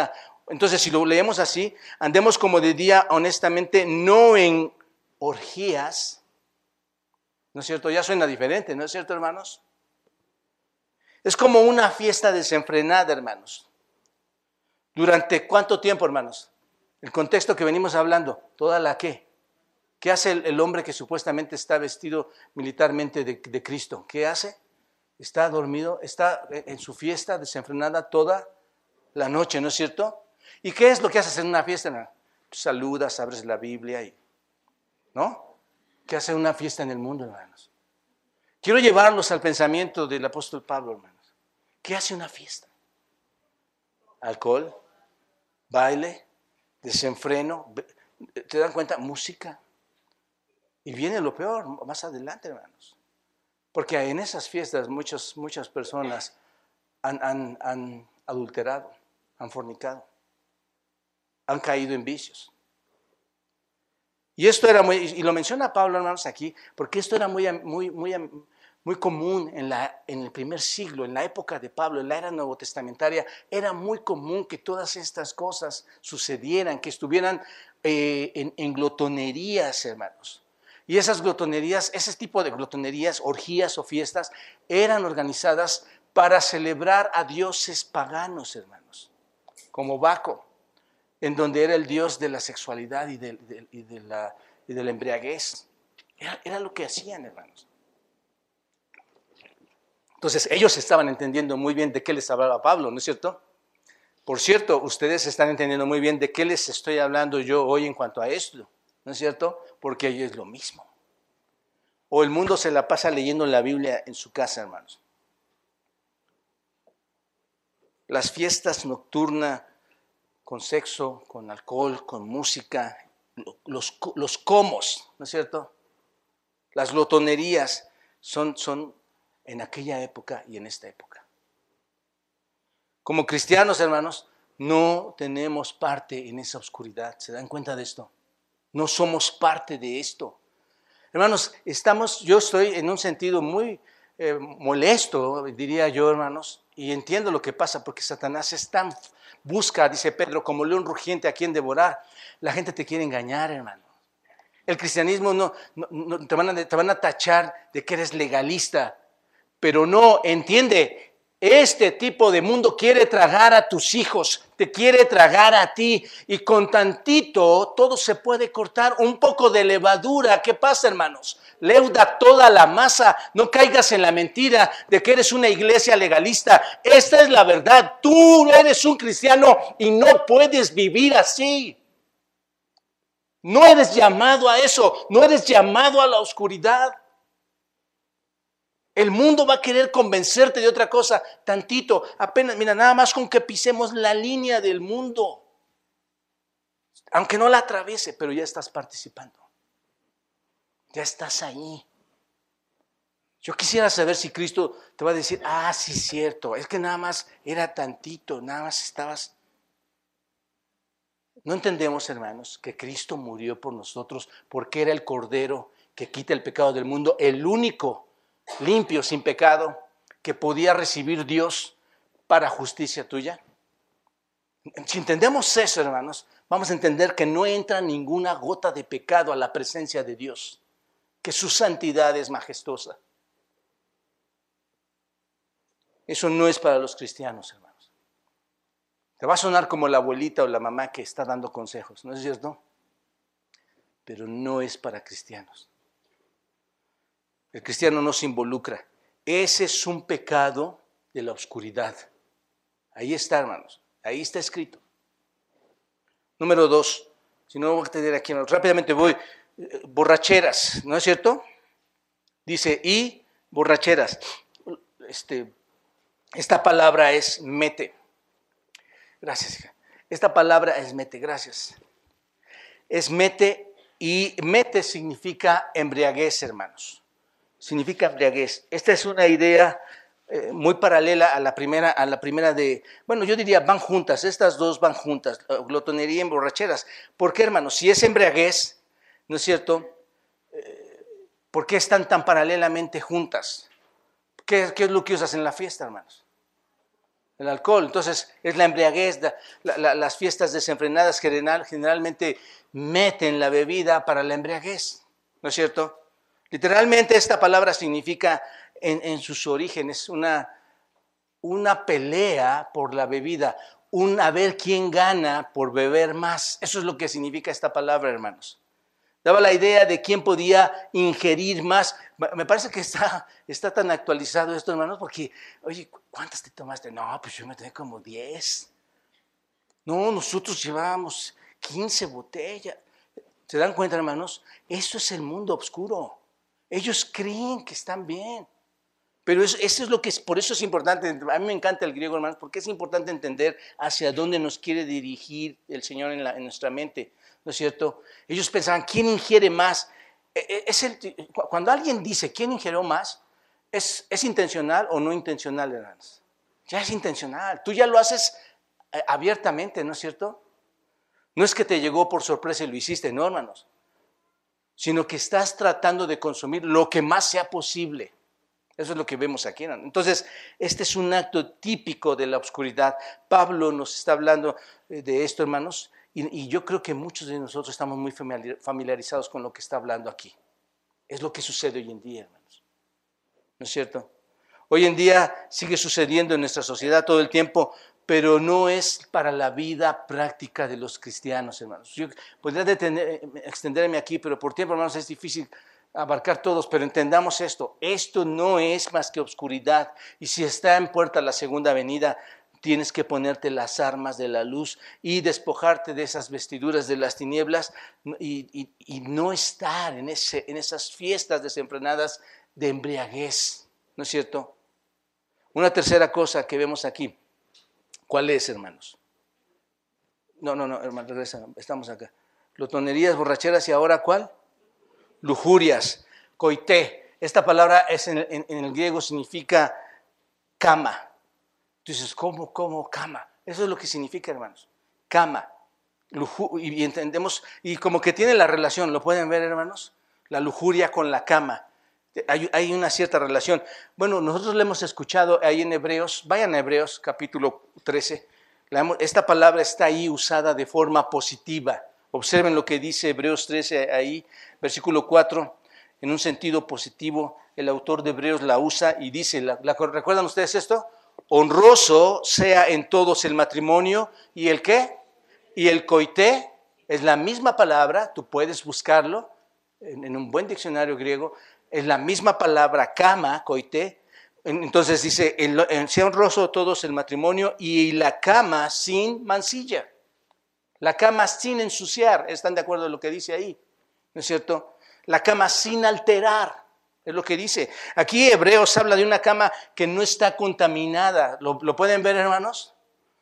Entonces, si lo leemos así, andemos como de día honestamente, no en orgías. ¿No es cierto? Ya suena diferente, ¿no es cierto, hermanos? Es como una fiesta desenfrenada, hermanos. ¿Durante cuánto tiempo, hermanos? El contexto que venimos hablando, ¿toda la qué? ¿Qué hace el, el hombre que supuestamente está vestido militarmente de, de Cristo? ¿Qué hace? Está dormido, está en su fiesta desenfrenada toda la noche, ¿no es cierto? ¿Y qué es lo que haces en una fiesta, hermano? Saludas, abres la Biblia y, ¿no? ¿Qué hace una fiesta en el mundo, hermanos? Quiero llevarlos al pensamiento del apóstol Pablo, hermanos. ¿Qué hace una fiesta? Alcohol, baile, desenfreno, ¿te dan cuenta? Música. Y viene lo peor más adelante, hermanos. Porque en esas fiestas muchas, muchas personas han, han, han adulterado, han fornicado, han caído en vicios. Y esto era muy, y lo menciona Pablo, hermanos, aquí, porque esto era muy, muy, muy, muy común en, la, en el primer siglo, en la época de Pablo, en la era nuevotestamentaria. Era muy común que todas estas cosas sucedieran, que estuvieran eh, en, en glotonerías, hermanos. Y esas glotonerías, ese tipo de glotonerías, orgías o fiestas, eran organizadas para celebrar a dioses paganos, hermanos, como Baco, en donde era el dios de la sexualidad y de, de, y de, la, y de la embriaguez. Era, era lo que hacían, hermanos. Entonces, ellos estaban entendiendo muy bien de qué les hablaba Pablo, ¿no es cierto? Por cierto, ustedes están entendiendo muy bien de qué les estoy hablando yo hoy en cuanto a esto, ¿no es cierto? Porque ahí es lo mismo. O el mundo se la pasa leyendo la Biblia en su casa, hermanos. Las fiestas nocturnas con sexo, con alcohol, con música, los, los comos, ¿no es cierto? Las glotonerías son, son en aquella época y en esta época. Como cristianos, hermanos, no tenemos parte en esa oscuridad. ¿Se dan cuenta de esto? No somos parte de esto. Hermanos, estamos, yo estoy en un sentido muy eh, molesto, diría yo, hermanos, y entiendo lo que pasa porque Satanás es tan, busca, dice Pedro, como león rugiente a quien devorar. La gente te quiere engañar, hermano. El cristianismo no, no, no te, van a, te van a tachar de que eres legalista, pero no, entiende. Este tipo de mundo quiere tragar a tus hijos, te quiere tragar a ti, y con tantito todo se puede cortar. Un poco de levadura, ¿qué pasa, hermanos? Leuda toda la masa. No caigas en la mentira de que eres una iglesia legalista. Esta es la verdad. Tú eres un cristiano y no puedes vivir así. No eres llamado a eso, no eres llamado a la oscuridad. El mundo va a querer convencerte de otra cosa, tantito, apenas, mira, nada más con que pisemos la línea del mundo, aunque no la atraviese, pero ya estás participando, ya estás ahí. Yo quisiera saber si Cristo te va a decir, ah, sí, cierto, es que nada más era tantito, nada más estabas. No entendemos, hermanos, que Cristo murió por nosotros porque era el Cordero que quita el pecado del mundo, el único limpio, sin pecado, que podía recibir Dios para justicia tuya. Si entendemos eso, hermanos, vamos a entender que no entra ninguna gota de pecado a la presencia de Dios, que su santidad es majestuosa. Eso no es para los cristianos, hermanos. Te va a sonar como la abuelita o la mamá que está dando consejos, ¿no es cierto? Pero no es para cristianos. El cristiano no se involucra. Ese es un pecado de la oscuridad. Ahí está, hermanos. Ahí está escrito. Número dos. Si no voy a tener aquí, rápidamente voy. Borracheras, ¿no es cierto? Dice, y borracheras. Este, esta palabra es mete. Gracias, hija. Esta palabra es mete, gracias. Es mete, y mete significa embriaguez, hermanos. Significa embriaguez. Esta es una idea eh, muy paralela a la primera, a la primera de, bueno, yo diría van juntas, estas dos van juntas, glotonería y borracheras. ¿Por qué, hermanos? Si es embriaguez, ¿no es cierto? Eh, ¿Por qué están tan paralelamente juntas? ¿Qué, qué es lo que usas en la fiesta, hermanos? El alcohol. Entonces, es la embriaguez, la, la, las fiestas desenfrenadas general, generalmente meten la bebida para la embriaguez, ¿no es cierto? Literalmente esta palabra significa en, en sus orígenes una, una pelea por la bebida, un a ver quién gana por beber más. Eso es lo que significa esta palabra, hermanos. Daba la idea de quién podía ingerir más. Me parece que está, está tan actualizado esto, hermanos, porque, oye, ¿cuántas te tomaste? No, pues yo me tomé como diez. No, nosotros llevábamos quince botellas. ¿Se dan cuenta, hermanos? Eso es el mundo oscuro. Ellos creen que están bien. Pero eso, eso es lo que es, por eso es importante. A mí me encanta el griego, hermanos, porque es importante entender hacia dónde nos quiere dirigir el Señor en, la, en nuestra mente. ¿No es cierto? Ellos pensaban, ¿quién ingiere más? Es el, cuando alguien dice, ¿quién ingirió más? ¿Es, ¿Es intencional o no intencional, hermanos? Ya es intencional. Tú ya lo haces abiertamente, ¿no es cierto? No es que te llegó por sorpresa y lo hiciste, no, hermanos. Sino que estás tratando de consumir lo que más sea posible. Eso es lo que vemos aquí, ¿no? Entonces, este es un acto típico de la oscuridad. Pablo nos está hablando de esto, hermanos. Y, y yo creo que muchos de nosotros estamos muy familiarizados con lo que está hablando aquí. Es lo que sucede hoy en día, hermanos. ¿No es cierto? Hoy en día sigue sucediendo en nuestra sociedad todo el tiempo, pero no es para la vida práctica de los cristianos, hermanos. Yo podría detener, extenderme aquí, pero por tiempo, hermanos, es difícil abarcar todos, pero entendamos esto. Esto no es más que oscuridad. Y si está en puerta la segunda venida, tienes que ponerte las armas de la luz y despojarte de esas vestiduras de las tinieblas y, y, y no estar en, ese, en esas fiestas desenfrenadas de embriaguez, ¿no es cierto? Una tercera cosa que vemos aquí, ¿cuál es, hermanos? No, no, no, hermano, regresa, estamos acá. Glotonerías, borracheras y ahora, ¿cuál? Lujurias, coité. Esta palabra es en, en, en el griego significa cama. Dices, ¿cómo, cómo, cama? Eso es lo que significa, hermanos. Cama. Luju- y entendemos, y como que tiene la relación, ¿lo pueden ver, hermanos? La lujuria con la cama. Hay, hay una cierta relación. Bueno, nosotros lo hemos escuchado ahí en Hebreos. Vayan a Hebreos, capítulo trece. La hemos, esta palabra está ahí usada de forma positiva. Observen lo que dice Hebreos trece ahí, versículo cuatro. En un sentido positivo, el autor de Hebreos la usa y dice, ¿la, la, ¿recuerdan ustedes esto? Honroso sea en todos el matrimonio. ¿Y el qué? Y el coité es la misma palabra, tú puedes buscarlo en, en un buen diccionario griego, es la misma palabra cama, coité. Entonces dice, en, en, sea honroso todos el matrimonio y la cama sin mancilla. La cama sin ensuciar, ¿están de acuerdo en lo que dice ahí? ¿No es cierto? La cama sin alterar. Es lo que dice. Aquí Hebreos habla de una cama que no está contaminada. ¿Lo, lo pueden ver, hermanos?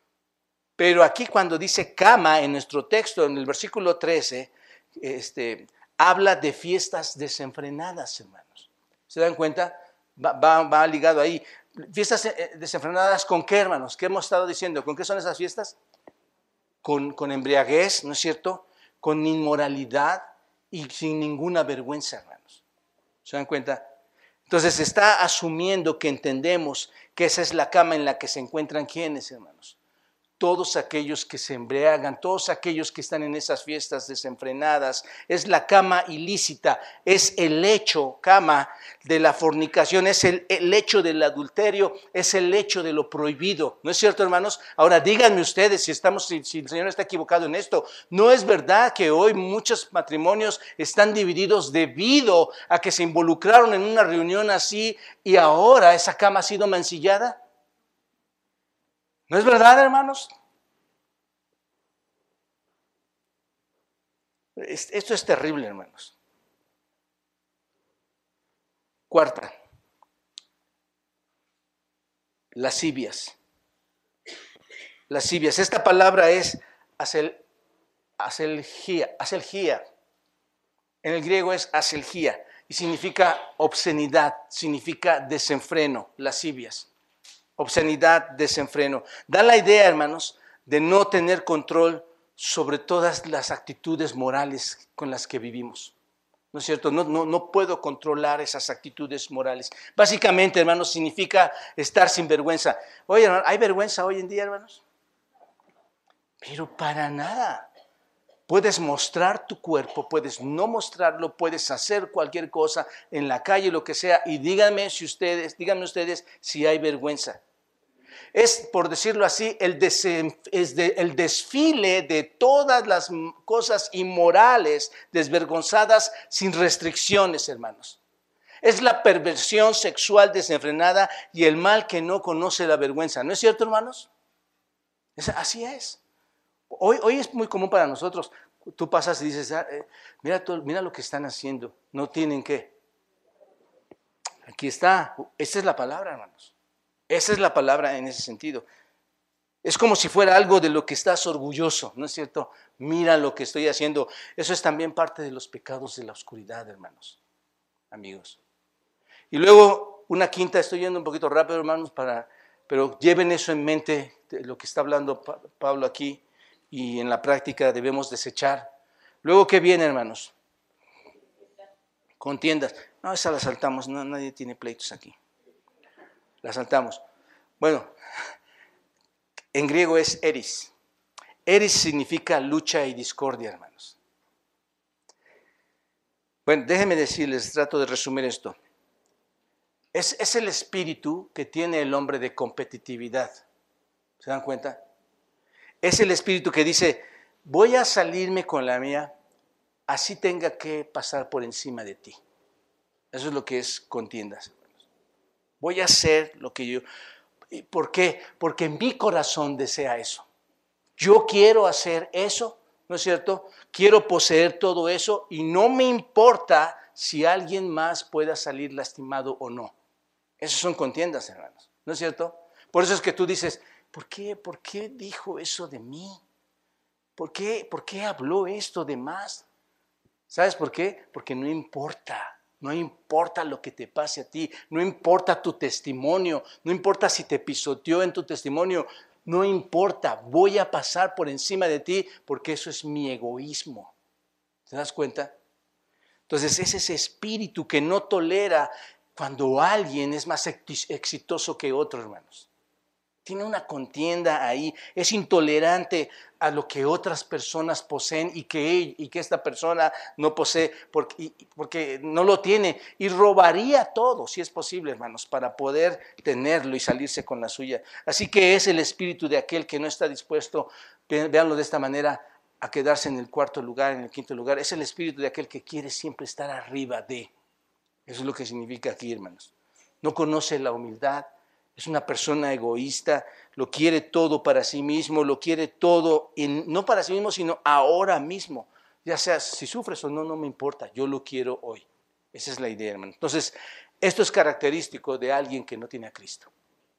Pero aquí cuando dice cama en nuestro texto, en el versículo trece, este, habla de fiestas desenfrenadas, hermanos. ¿Se dan cuenta? Va, va, va ligado ahí. Fiestas desenfrenadas ¿con qué, hermanos? ¿Qué hemos estado diciendo? ¿Con qué son esas fiestas? Con, con embriaguez, ¿no es cierto? Con inmoralidad y sin ninguna vergüenza, hermanos. ¿Se dan cuenta? Entonces está asumiendo que entendemos que esa es la cama en la que se encuentran ¿quiénes, hermanos? Todos aquellos que se embriagan, todos aquellos que están en esas fiestas desenfrenadas. Es la cama ilícita, es el hecho, cama, de la fornicación, es el, el hecho del adulterio, es el hecho de lo prohibido. ¿No es cierto, hermanos? Ahora díganme ustedes si, estamos, si, si el Señor está equivocado en esto. ¿No es verdad que hoy muchos matrimonios están divididos debido a que se involucraron en una reunión así y ahora esa cama ha sido mancillada? ¿No es verdad, hermanos? Esto es terrible, hermanos. Cuarta, lascivias. Lascivias. Esta palabra es asel, aselgia, aselgia. En el griego es aselgia y significa obscenidad, significa desenfreno, lascivias. Obscenidad, desenfreno. Da la idea, hermanos, de no tener control sobre todas las actitudes morales con las que vivimos. ¿No es cierto? No, no, no puedo controlar esas actitudes morales. Básicamente, hermanos, significa estar sin vergüenza. Oye, hermano, ¿hay vergüenza hoy en día, hermanos? Pero para nada. Puedes mostrar tu cuerpo, puedes no mostrarlo, puedes hacer cualquier cosa en la calle, lo que sea, y díganme si ustedes, díganme ustedes si hay vergüenza. Es, por decirlo así, el, des, es de, el desfile de todas las cosas inmorales, desvergonzadas, sin restricciones, hermanos. Es la perversión sexual desenfrenada y el mal que no conoce la vergüenza. ¿No es cierto, hermanos? Es, así es. Hoy, hoy es muy común para nosotros. Tú pasas y dices, ah, eh, mira, todo, mira lo que están haciendo. No tienen qué. Aquí está. Esa es la palabra, hermanos. Esa es la palabra en ese sentido. Es como si fuera algo de lo que estás orgulloso, ¿no es cierto? Mira lo que estoy haciendo. Eso es también parte de los pecados de la oscuridad, hermanos, amigos. Y luego, una quinta, estoy yendo un poquito rápido, hermanos, para, pero lleven eso en mente, de lo que está hablando Pablo aquí. Y en la práctica debemos desechar. Luego, ¿qué viene, hermanos? Contiendas. No, esa la saltamos, no, nadie tiene pleitos aquí. La saltamos. Bueno, en griego es eris. Eris significa lucha y discordia, hermanos. Bueno, déjenme decirles, trato de resumir esto. Es, es el espíritu que tiene el hombre de competitividad. ¿Se dan cuenta? Es el espíritu que dice, voy a salirme con la mía, así tenga que pasar por encima de ti. Eso es lo que es contiendas. Voy a hacer lo que yo... ¿Por qué? Porque mi corazón desea eso. Yo quiero hacer eso, ¿no es cierto? Quiero poseer todo eso y no me importa si alguien más pueda salir lastimado o no. Esas son contiendas, hermanos, ¿no es cierto? Por eso es que tú dices... ¿Por qué? ¿Por qué dijo eso de mí? ¿Por qué? ¿Por qué habló esto de más? ¿Sabes por qué? Porque no importa, no importa lo que te pase a ti, no importa tu testimonio, no importa si te pisoteó en tu testimonio, no importa, voy a pasar por encima de ti porque eso es mi egoísmo. ¿Te das cuenta? Entonces es ese espíritu que no tolera cuando alguien es más exitoso que otro, hermanos. Tiene una contienda ahí, es intolerante a lo que otras personas poseen y que, y que esta persona no posee porque, porque no lo tiene. Y robaría todo, si es posible, hermanos, para poder tenerlo y salirse con la suya. Así que es el espíritu de aquel que no está dispuesto, véanlo de esta manera, a quedarse en el cuarto lugar, en el quinto lugar. Es el espíritu de aquel que quiere siempre estar arriba de. Eso es lo que significa aquí, hermanos. No conoce la humildad. Es una persona egoísta, lo quiere todo para sí mismo, lo quiere todo, en, no para sí mismo, sino ahora mismo. Ya sea si sufres o no, no me importa, yo lo quiero hoy. Esa es la idea, hermano. Entonces, esto es característico de alguien que no tiene a Cristo.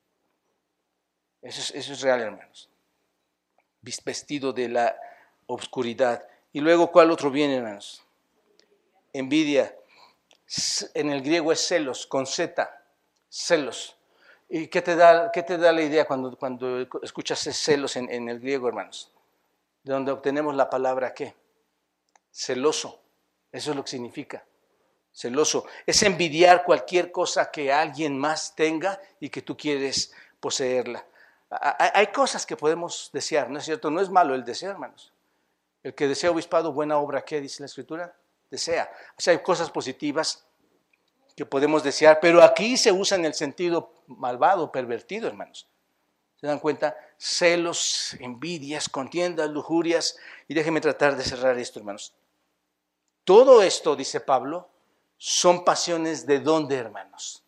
Eso es, eso es real, hermanos. Vestido de la oscuridad. Y luego, ¿cuál otro viene, hermanos? Envidia. En el griego es celos, con Z, celos. ¿Y qué te da, qué te da la idea cuando, cuando escuchas celos en, en el griego, hermanos? De donde obtenemos la palabra ¿qué? Celoso. Eso es lo que significa. Celoso. Es envidiar cualquier cosa que alguien más tenga y que tú quieres poseerla. Hay cosas que podemos desear, ¿no es cierto? No es malo el deseo, hermanos. El que desea obispado, buena obra, ¿qué dice la Escritura? Desea. O sea, hay cosas positivas que podemos desear, pero aquí se usa en el sentido malvado, pervertido, hermanos. ¿Se dan cuenta? Celos, envidias, contiendas, lujurias. Y déjenme tratar de cerrar esto, hermanos. Todo esto, dice Pablo, son pasiones ¿de dónde, hermanos?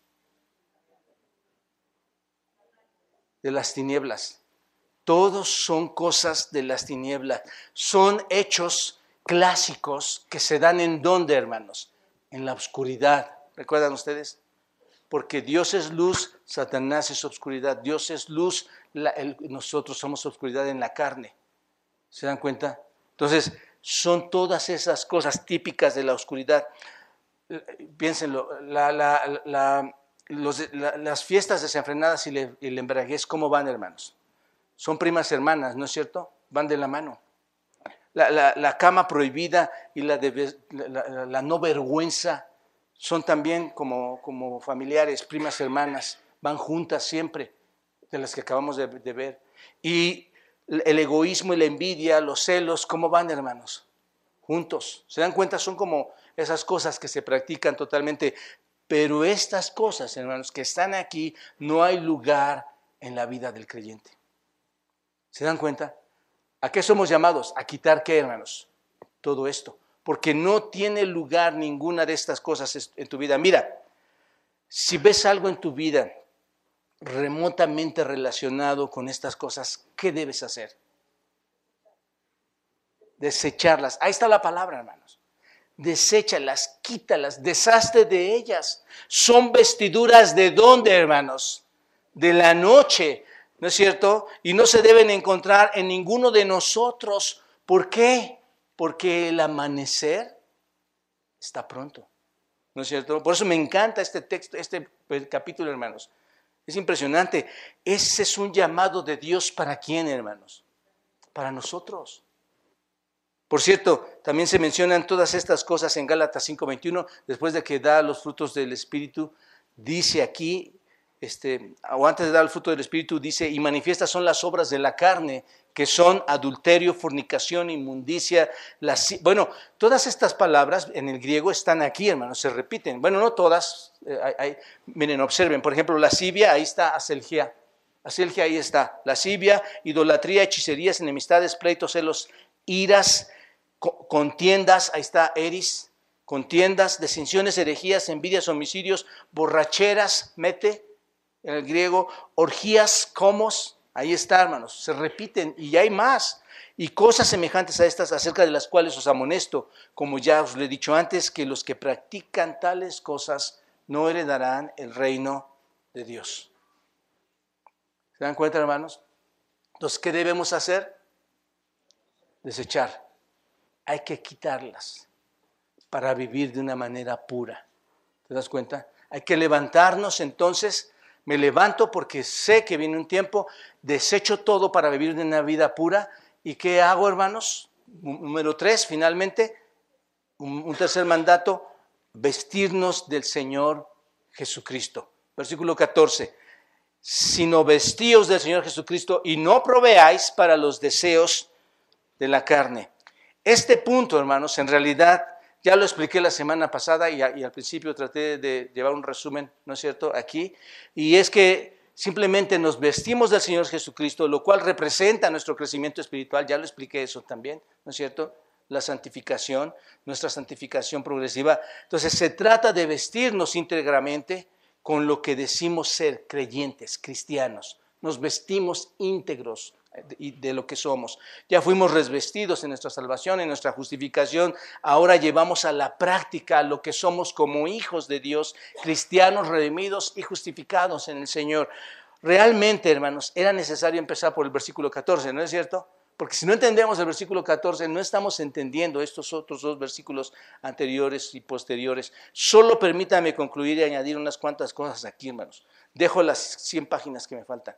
De las tinieblas. Todos son cosas de las tinieblas. Son hechos clásicos que se dan ¿en dónde, hermanos? En la oscuridad. ¿Recuerdan ustedes? Porque Dios es luz, Satanás es oscuridad. Dios es luz, la, el, nosotros somos oscuridad en la carne. ¿Se dan cuenta? Entonces, son todas esas cosas típicas de la oscuridad. Piénsenlo, la, la, la, los, la, las fiestas desenfrenadas y el, el embriaguez, ¿cómo van, hermanos? Son primas hermanas, ¿no es cierto? Van de la mano. La, la, la cama prohibida y la, de, la, la, la no vergüenza son también como, como familiares, primas, hermanas, van juntas siempre, de las que acabamos de, de ver. Y el egoísmo y la envidia, los celos, ¿cómo van, hermanos? Juntos. ¿Se dan cuenta? Son como esas cosas que se practican totalmente. Pero estas cosas, hermanos, que están aquí, no hay lugar en la vida del creyente. ¿Se dan cuenta? ¿A qué somos llamados? A quitar, ¿qué, hermanos? Todo esto. Porque no tiene lugar ninguna de estas cosas en tu vida. Mira, si ves algo en tu vida remotamente relacionado con estas cosas, ¿qué debes hacer? Desecharlas. Ahí está la palabra, hermanos. Deséchalas, quítalas, deshazte de ellas. Son vestiduras ¿de dónde, hermanos? De la noche, ¿no es cierto? Y no se deben encontrar en ninguno de nosotros. ¿Por qué? Porque el amanecer está pronto, ¿no es cierto? Por eso me encanta este texto, este capítulo, hermanos. Es impresionante. Ese es un llamado de Dios ¿para quién, hermanos? Para nosotros. Por cierto, también se mencionan todas estas cosas en Gálatas cinco veintiuno, después de que da los frutos del Espíritu, dice aquí, este, o antes de dar el fruto del Espíritu, dice, y manifiestas son las obras de la carne, que son adulterio, fornicación, inmundicia, las, bueno, todas estas palabras en el griego están aquí, hermanos, se repiten. Bueno, no todas, eh, hay, hay, miren, observen, por ejemplo, lascivia, ahí está aselgia, aselgia ahí está, lascivia, idolatría, hechicerías, enemistades, pleitos, celos, iras, contiendas, ahí está eris, contiendas, disensiones, herejías, envidias, homicidios, borracheras, mete en el griego, orgías, comos, ahí está, hermanos, se repiten y hay más. Y cosas semejantes a estas, acerca de las cuales os amonesto, como ya os lo he dicho antes, que los que practican tales cosas no heredarán el reino de Dios. ¿Se dan cuenta, hermanos? Entonces, ¿qué debemos hacer? Desechar. Hay que quitarlas para vivir de una manera pura. ¿Te das cuenta? Hay que levantarnos, entonces, me levanto porque sé que viene un tiempo, desecho todo para vivir de una vida pura. ¿Y qué hago, hermanos? Número tres, finalmente, un, un tercer mandato, vestirnos del Señor Jesucristo. Versículo catorce, sino vestíos del Señor Jesucristo y no proveáis para los deseos de la carne. Este punto, hermanos, en realidad ya lo expliqué la semana pasada y, a, y al principio traté de llevar un resumen, ¿no es cierto?, aquí, y es que simplemente nos vestimos del Señor Jesucristo, lo cual representa nuestro crecimiento espiritual, ya lo expliqué eso también, ¿no es cierto?, la santificación, nuestra santificación progresiva. Entonces se trata de vestirnos íntegramente con lo que decimos ser creyentes, cristianos, nos vestimos íntegros de lo que somos. Ya fuimos revestidos en nuestra salvación, en nuestra justificación, ahora llevamos a la práctica lo que somos como hijos de Dios, cristianos redimidos y justificados en el Señor. Realmente, hermanos, era necesario empezar por el versículo catorce, ¿no es cierto? Porque si no entendemos el versículo catorce, no estamos entendiendo estos otros dos versículos anteriores y posteriores. Solo permítame concluir y añadir unas cuantas cosas aquí, hermanos. Dejo las cien páginas que me faltan.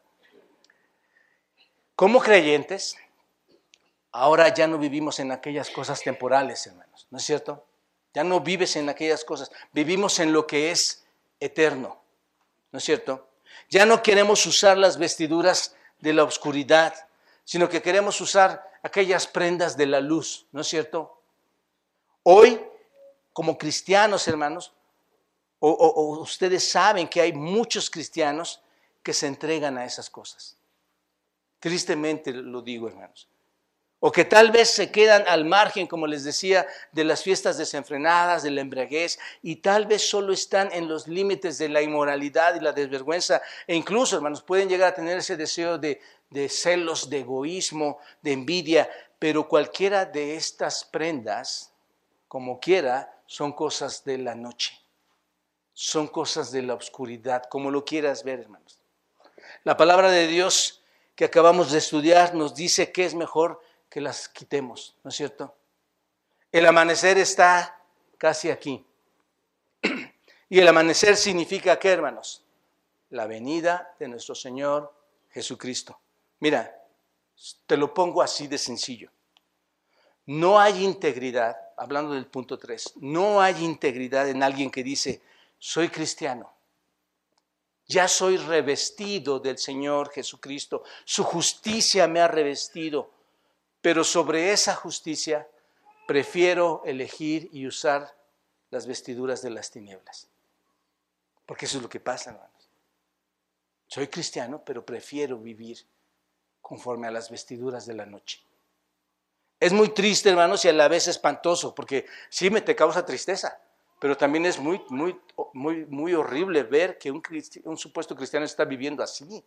Como creyentes, ahora ya no vivimos en aquellas cosas temporales, hermanos, ¿no es cierto? Ya no vives en aquellas cosas, vivimos en lo que es eterno, ¿no es cierto? Ya no queremos usar las vestiduras de la oscuridad, sino que queremos usar aquellas prendas de la luz, ¿no es cierto? Hoy, como cristianos, hermanos, o, o, o ustedes saben que hay muchos cristianos que se entregan a esas cosas. Tristemente lo digo, hermanos. O que tal vez se quedan al margen, como les decía, de las fiestas desenfrenadas, de la embriaguez, y tal vez solo están en los límites de la inmoralidad y la desvergüenza, e incluso, hermanos, pueden llegar a tener ese deseo de, de celos, de egoísmo, de envidia, pero cualquiera de estas prendas, como quiera, son cosas de la noche, son cosas de la oscuridad, como lo quieras ver, hermanos. La palabra de Dios que acabamos de estudiar nos dice que es mejor que las quitemos, ¿no es cierto? El amanecer está casi aquí. Y el amanecer significa ¿qué, hermanos? La venida de nuestro Señor Jesucristo. Mira, te lo pongo así de sencillo. No hay integridad, hablando del punto tres, no hay integridad en alguien que dice, soy cristiano, ya soy revestido del Señor Jesucristo, su justicia me ha revestido, pero sobre esa justicia prefiero elegir y usar las vestiduras de las tinieblas. Porque eso es lo que pasa, hermanos. Soy cristiano, pero prefiero vivir conforme a las vestiduras de la noche. Es muy triste, hermanos, y a la vez espantoso, porque sí me te causa tristeza, pero también es muy, muy, muy, muy horrible ver que un, un supuesto cristiano está viviendo así.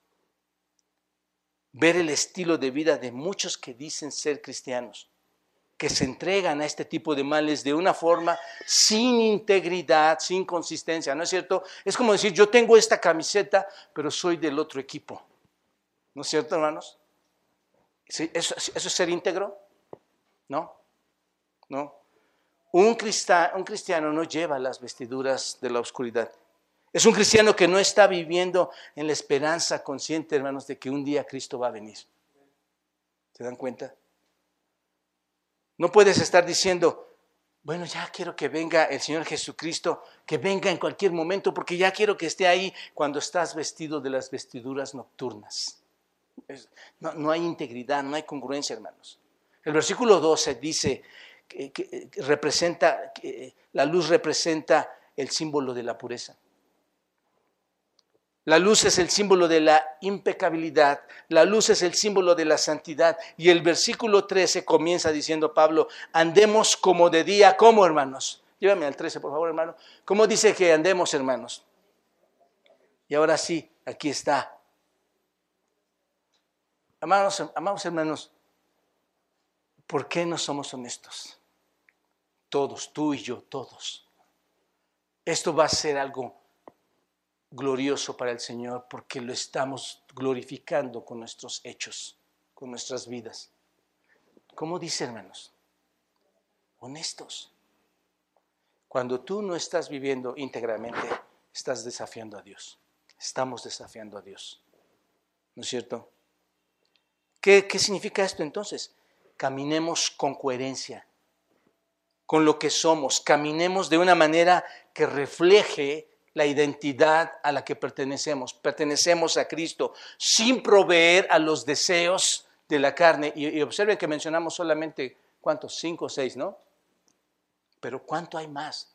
Ver el estilo de vida de muchos que dicen ser cristianos, que se entregan a este tipo de males de una forma sin integridad, sin consistencia, ¿no es cierto? Es como decir, yo tengo esta camiseta, pero soy del otro equipo. ¿No es cierto, hermanos? ¿Sí? ¿Eso, ¿Eso es ser íntegro? No, no. Un, crista, un cristiano no lleva las vestiduras de la oscuridad. Es un cristiano que no está viviendo en la esperanza consciente, hermanos, de que un día Cristo va a venir. ¿Se dan cuenta? No puedes estar diciendo, bueno, ya quiero que venga el Señor Jesucristo, que venga en cualquier momento, porque ya quiero que esté ahí cuando estás vestido de las vestiduras nocturnas. No, no hay integridad, no hay congruencia, hermanos. El versículo doce dice que, que, que representa, que la luz representa el símbolo de la pureza. La luz es el símbolo de la impecabilidad, la luz es el símbolo de la santidad. Y el versículo trece comienza diciendo Pablo, andemos como de día, ¿cómo, hermanos? Llévame al trece, por favor, hermano. ¿Cómo dice que andemos, hermanos? Y ahora sí, aquí está. Amados, amados hermanos, ¿por qué no somos honestos? Todos, tú y yo, todos. Esto va a ser algo glorioso para el Señor porque lo estamos glorificando con nuestros hechos, con nuestras vidas. ¿Cómo dice, hermanos? Honestos. Cuando tú no estás viviendo íntegramente, estás desafiando a Dios. Estamos desafiando a Dios. ¿No es cierto? ¿Qué, qué significa esto entonces? Caminemos con coherencia, con lo que somos. Caminemos de una manera que refleje la identidad a la que pertenecemos. Pertenecemos a Cristo sin proveer a los deseos de la carne. Y, y observen que mencionamos solamente, ¿cuántos? Cinco o seis, ¿no? Pero ¿cuánto hay más?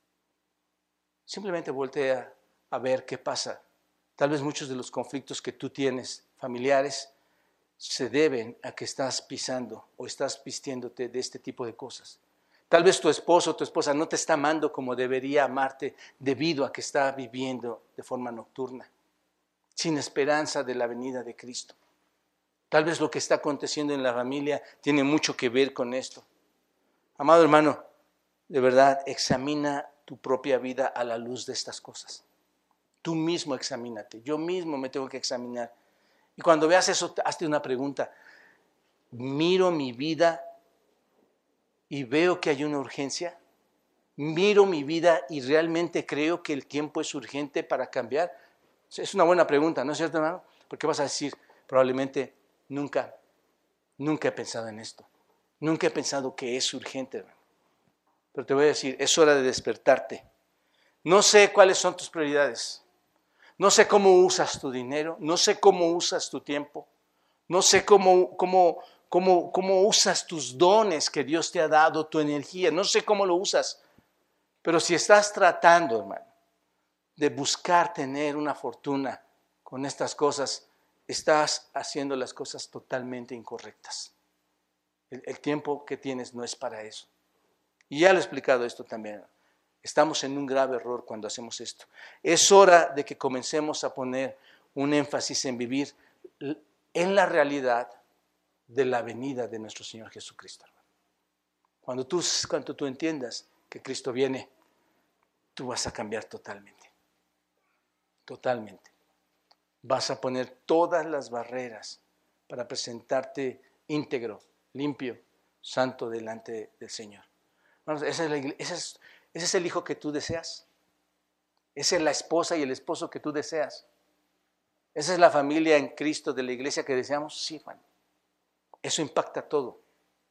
Simplemente voltea a ver qué pasa. Tal vez muchos de los conflictos que tú tienes familiares se deben a que estás pisando o estás vistiéndote de este tipo de cosas. Tal vez tu esposo o tu esposa no te está amando como debería amarte debido a que está viviendo de forma nocturna, sin esperanza de la venida de Cristo. Tal vez lo que está aconteciendo en la familia tiene mucho que ver con esto. Amado hermano, de verdad, examina tu propia vida a la luz de estas cosas. Tú mismo examínate, yo mismo me tengo que examinar. Y cuando veas eso, hazte una pregunta. ¿Miro mi vida y veo que hay una urgencia? ¿Miro mi vida y realmente creo que el tiempo es urgente para cambiar? Es una buena pregunta, ¿no es cierto, hermano? Porque vas a decir, probablemente, nunca, nunca he pensado en esto. Nunca he pensado que es urgente, hermano. Pero te voy a decir, es hora de despertarte. No sé cuáles son tus prioridades. No sé cómo usas tu dinero. No sé cómo usas tu tiempo. No sé cómo... cómo Cómo, cómo usas tus dones que Dios te ha dado, tu energía. No sé cómo lo usas, pero si estás tratando, hermano, de buscar tener una fortuna con estas cosas, estás haciendo las cosas totalmente incorrectas. El, el tiempo que tienes no es para eso. Y ya lo he explicado esto también. Estamos en un grave error cuando hacemos esto. Es hora de que comencemos a poner un énfasis en vivir en la realidad de la venida de nuestro Señor Jesucristo. Cuando tú, cuando tú entiendas que Cristo viene, tú vas a cambiar totalmente. Totalmente. Vas a poner todas las barreras para presentarte íntegro, limpio, santo delante del Señor. Bueno, ese, es la, ese, es, ese es el hijo que tú deseas. Esa es la esposa y el esposo que tú deseas. Esa es la familia en Cristo de la iglesia que deseamos. Sí, Juan. Eso impacta todo.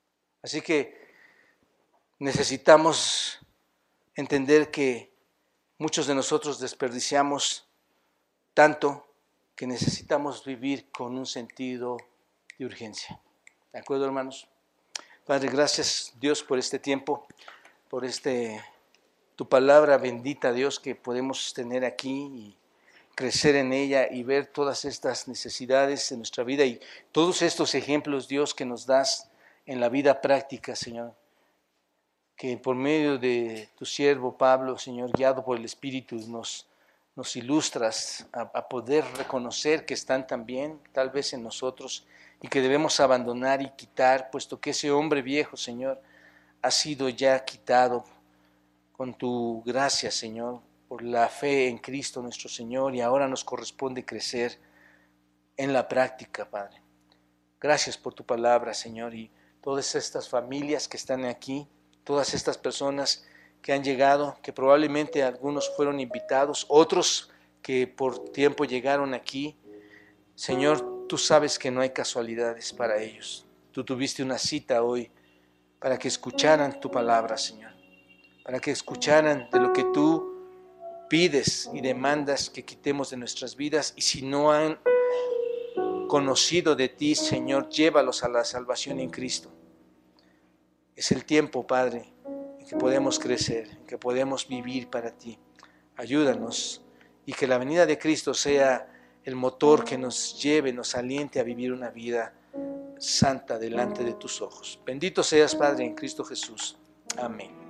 Así que necesitamos entender que muchos de nosotros desperdiciamos tanto que necesitamos vivir con un sentido de urgencia. ¿De acuerdo, hermanos? Padre, gracias, Dios, por este tiempo, por este, tu palabra bendita, Dios, que podemos tener aquí y crecer en ella y ver todas estas necesidades en nuestra vida y todos estos ejemplos, Dios, que nos das en la vida práctica, Señor. Que por medio de tu siervo Pablo, Señor, guiado por el Espíritu, nos, nos ilustras a, a poder reconocer que están también, tal vez en nosotros, y que debemos abandonar y quitar, puesto que ese hombre viejo, Señor, ha sido ya quitado con tu gracia, Señor, por la fe en Cristo nuestro Señor, y ahora nos corresponde crecer en la práctica, Padre. Gracias por tu palabra, Señor, y todas estas familias que están aquí, todas estas personas que han llegado, que probablemente algunos fueron invitados, otros que por tiempo llegaron aquí. Señor, tú sabes que no hay casualidades para ellos. Tú tuviste una cita hoy para que escucharan tu palabra, Señor, para que escucharan de lo que tú pides y demandas que quitemos de nuestras vidas, y si no han conocido de ti, Señor, llévalos a la salvación en Cristo. Es el tiempo, Padre, en que podemos crecer, en que podemos vivir para ti. Ayúdanos y que la venida de Cristo sea el motor que nos lleve, nos aliente a vivir una vida santa delante de tus ojos. Bendito seas, Padre, en Cristo Jesús. Amén.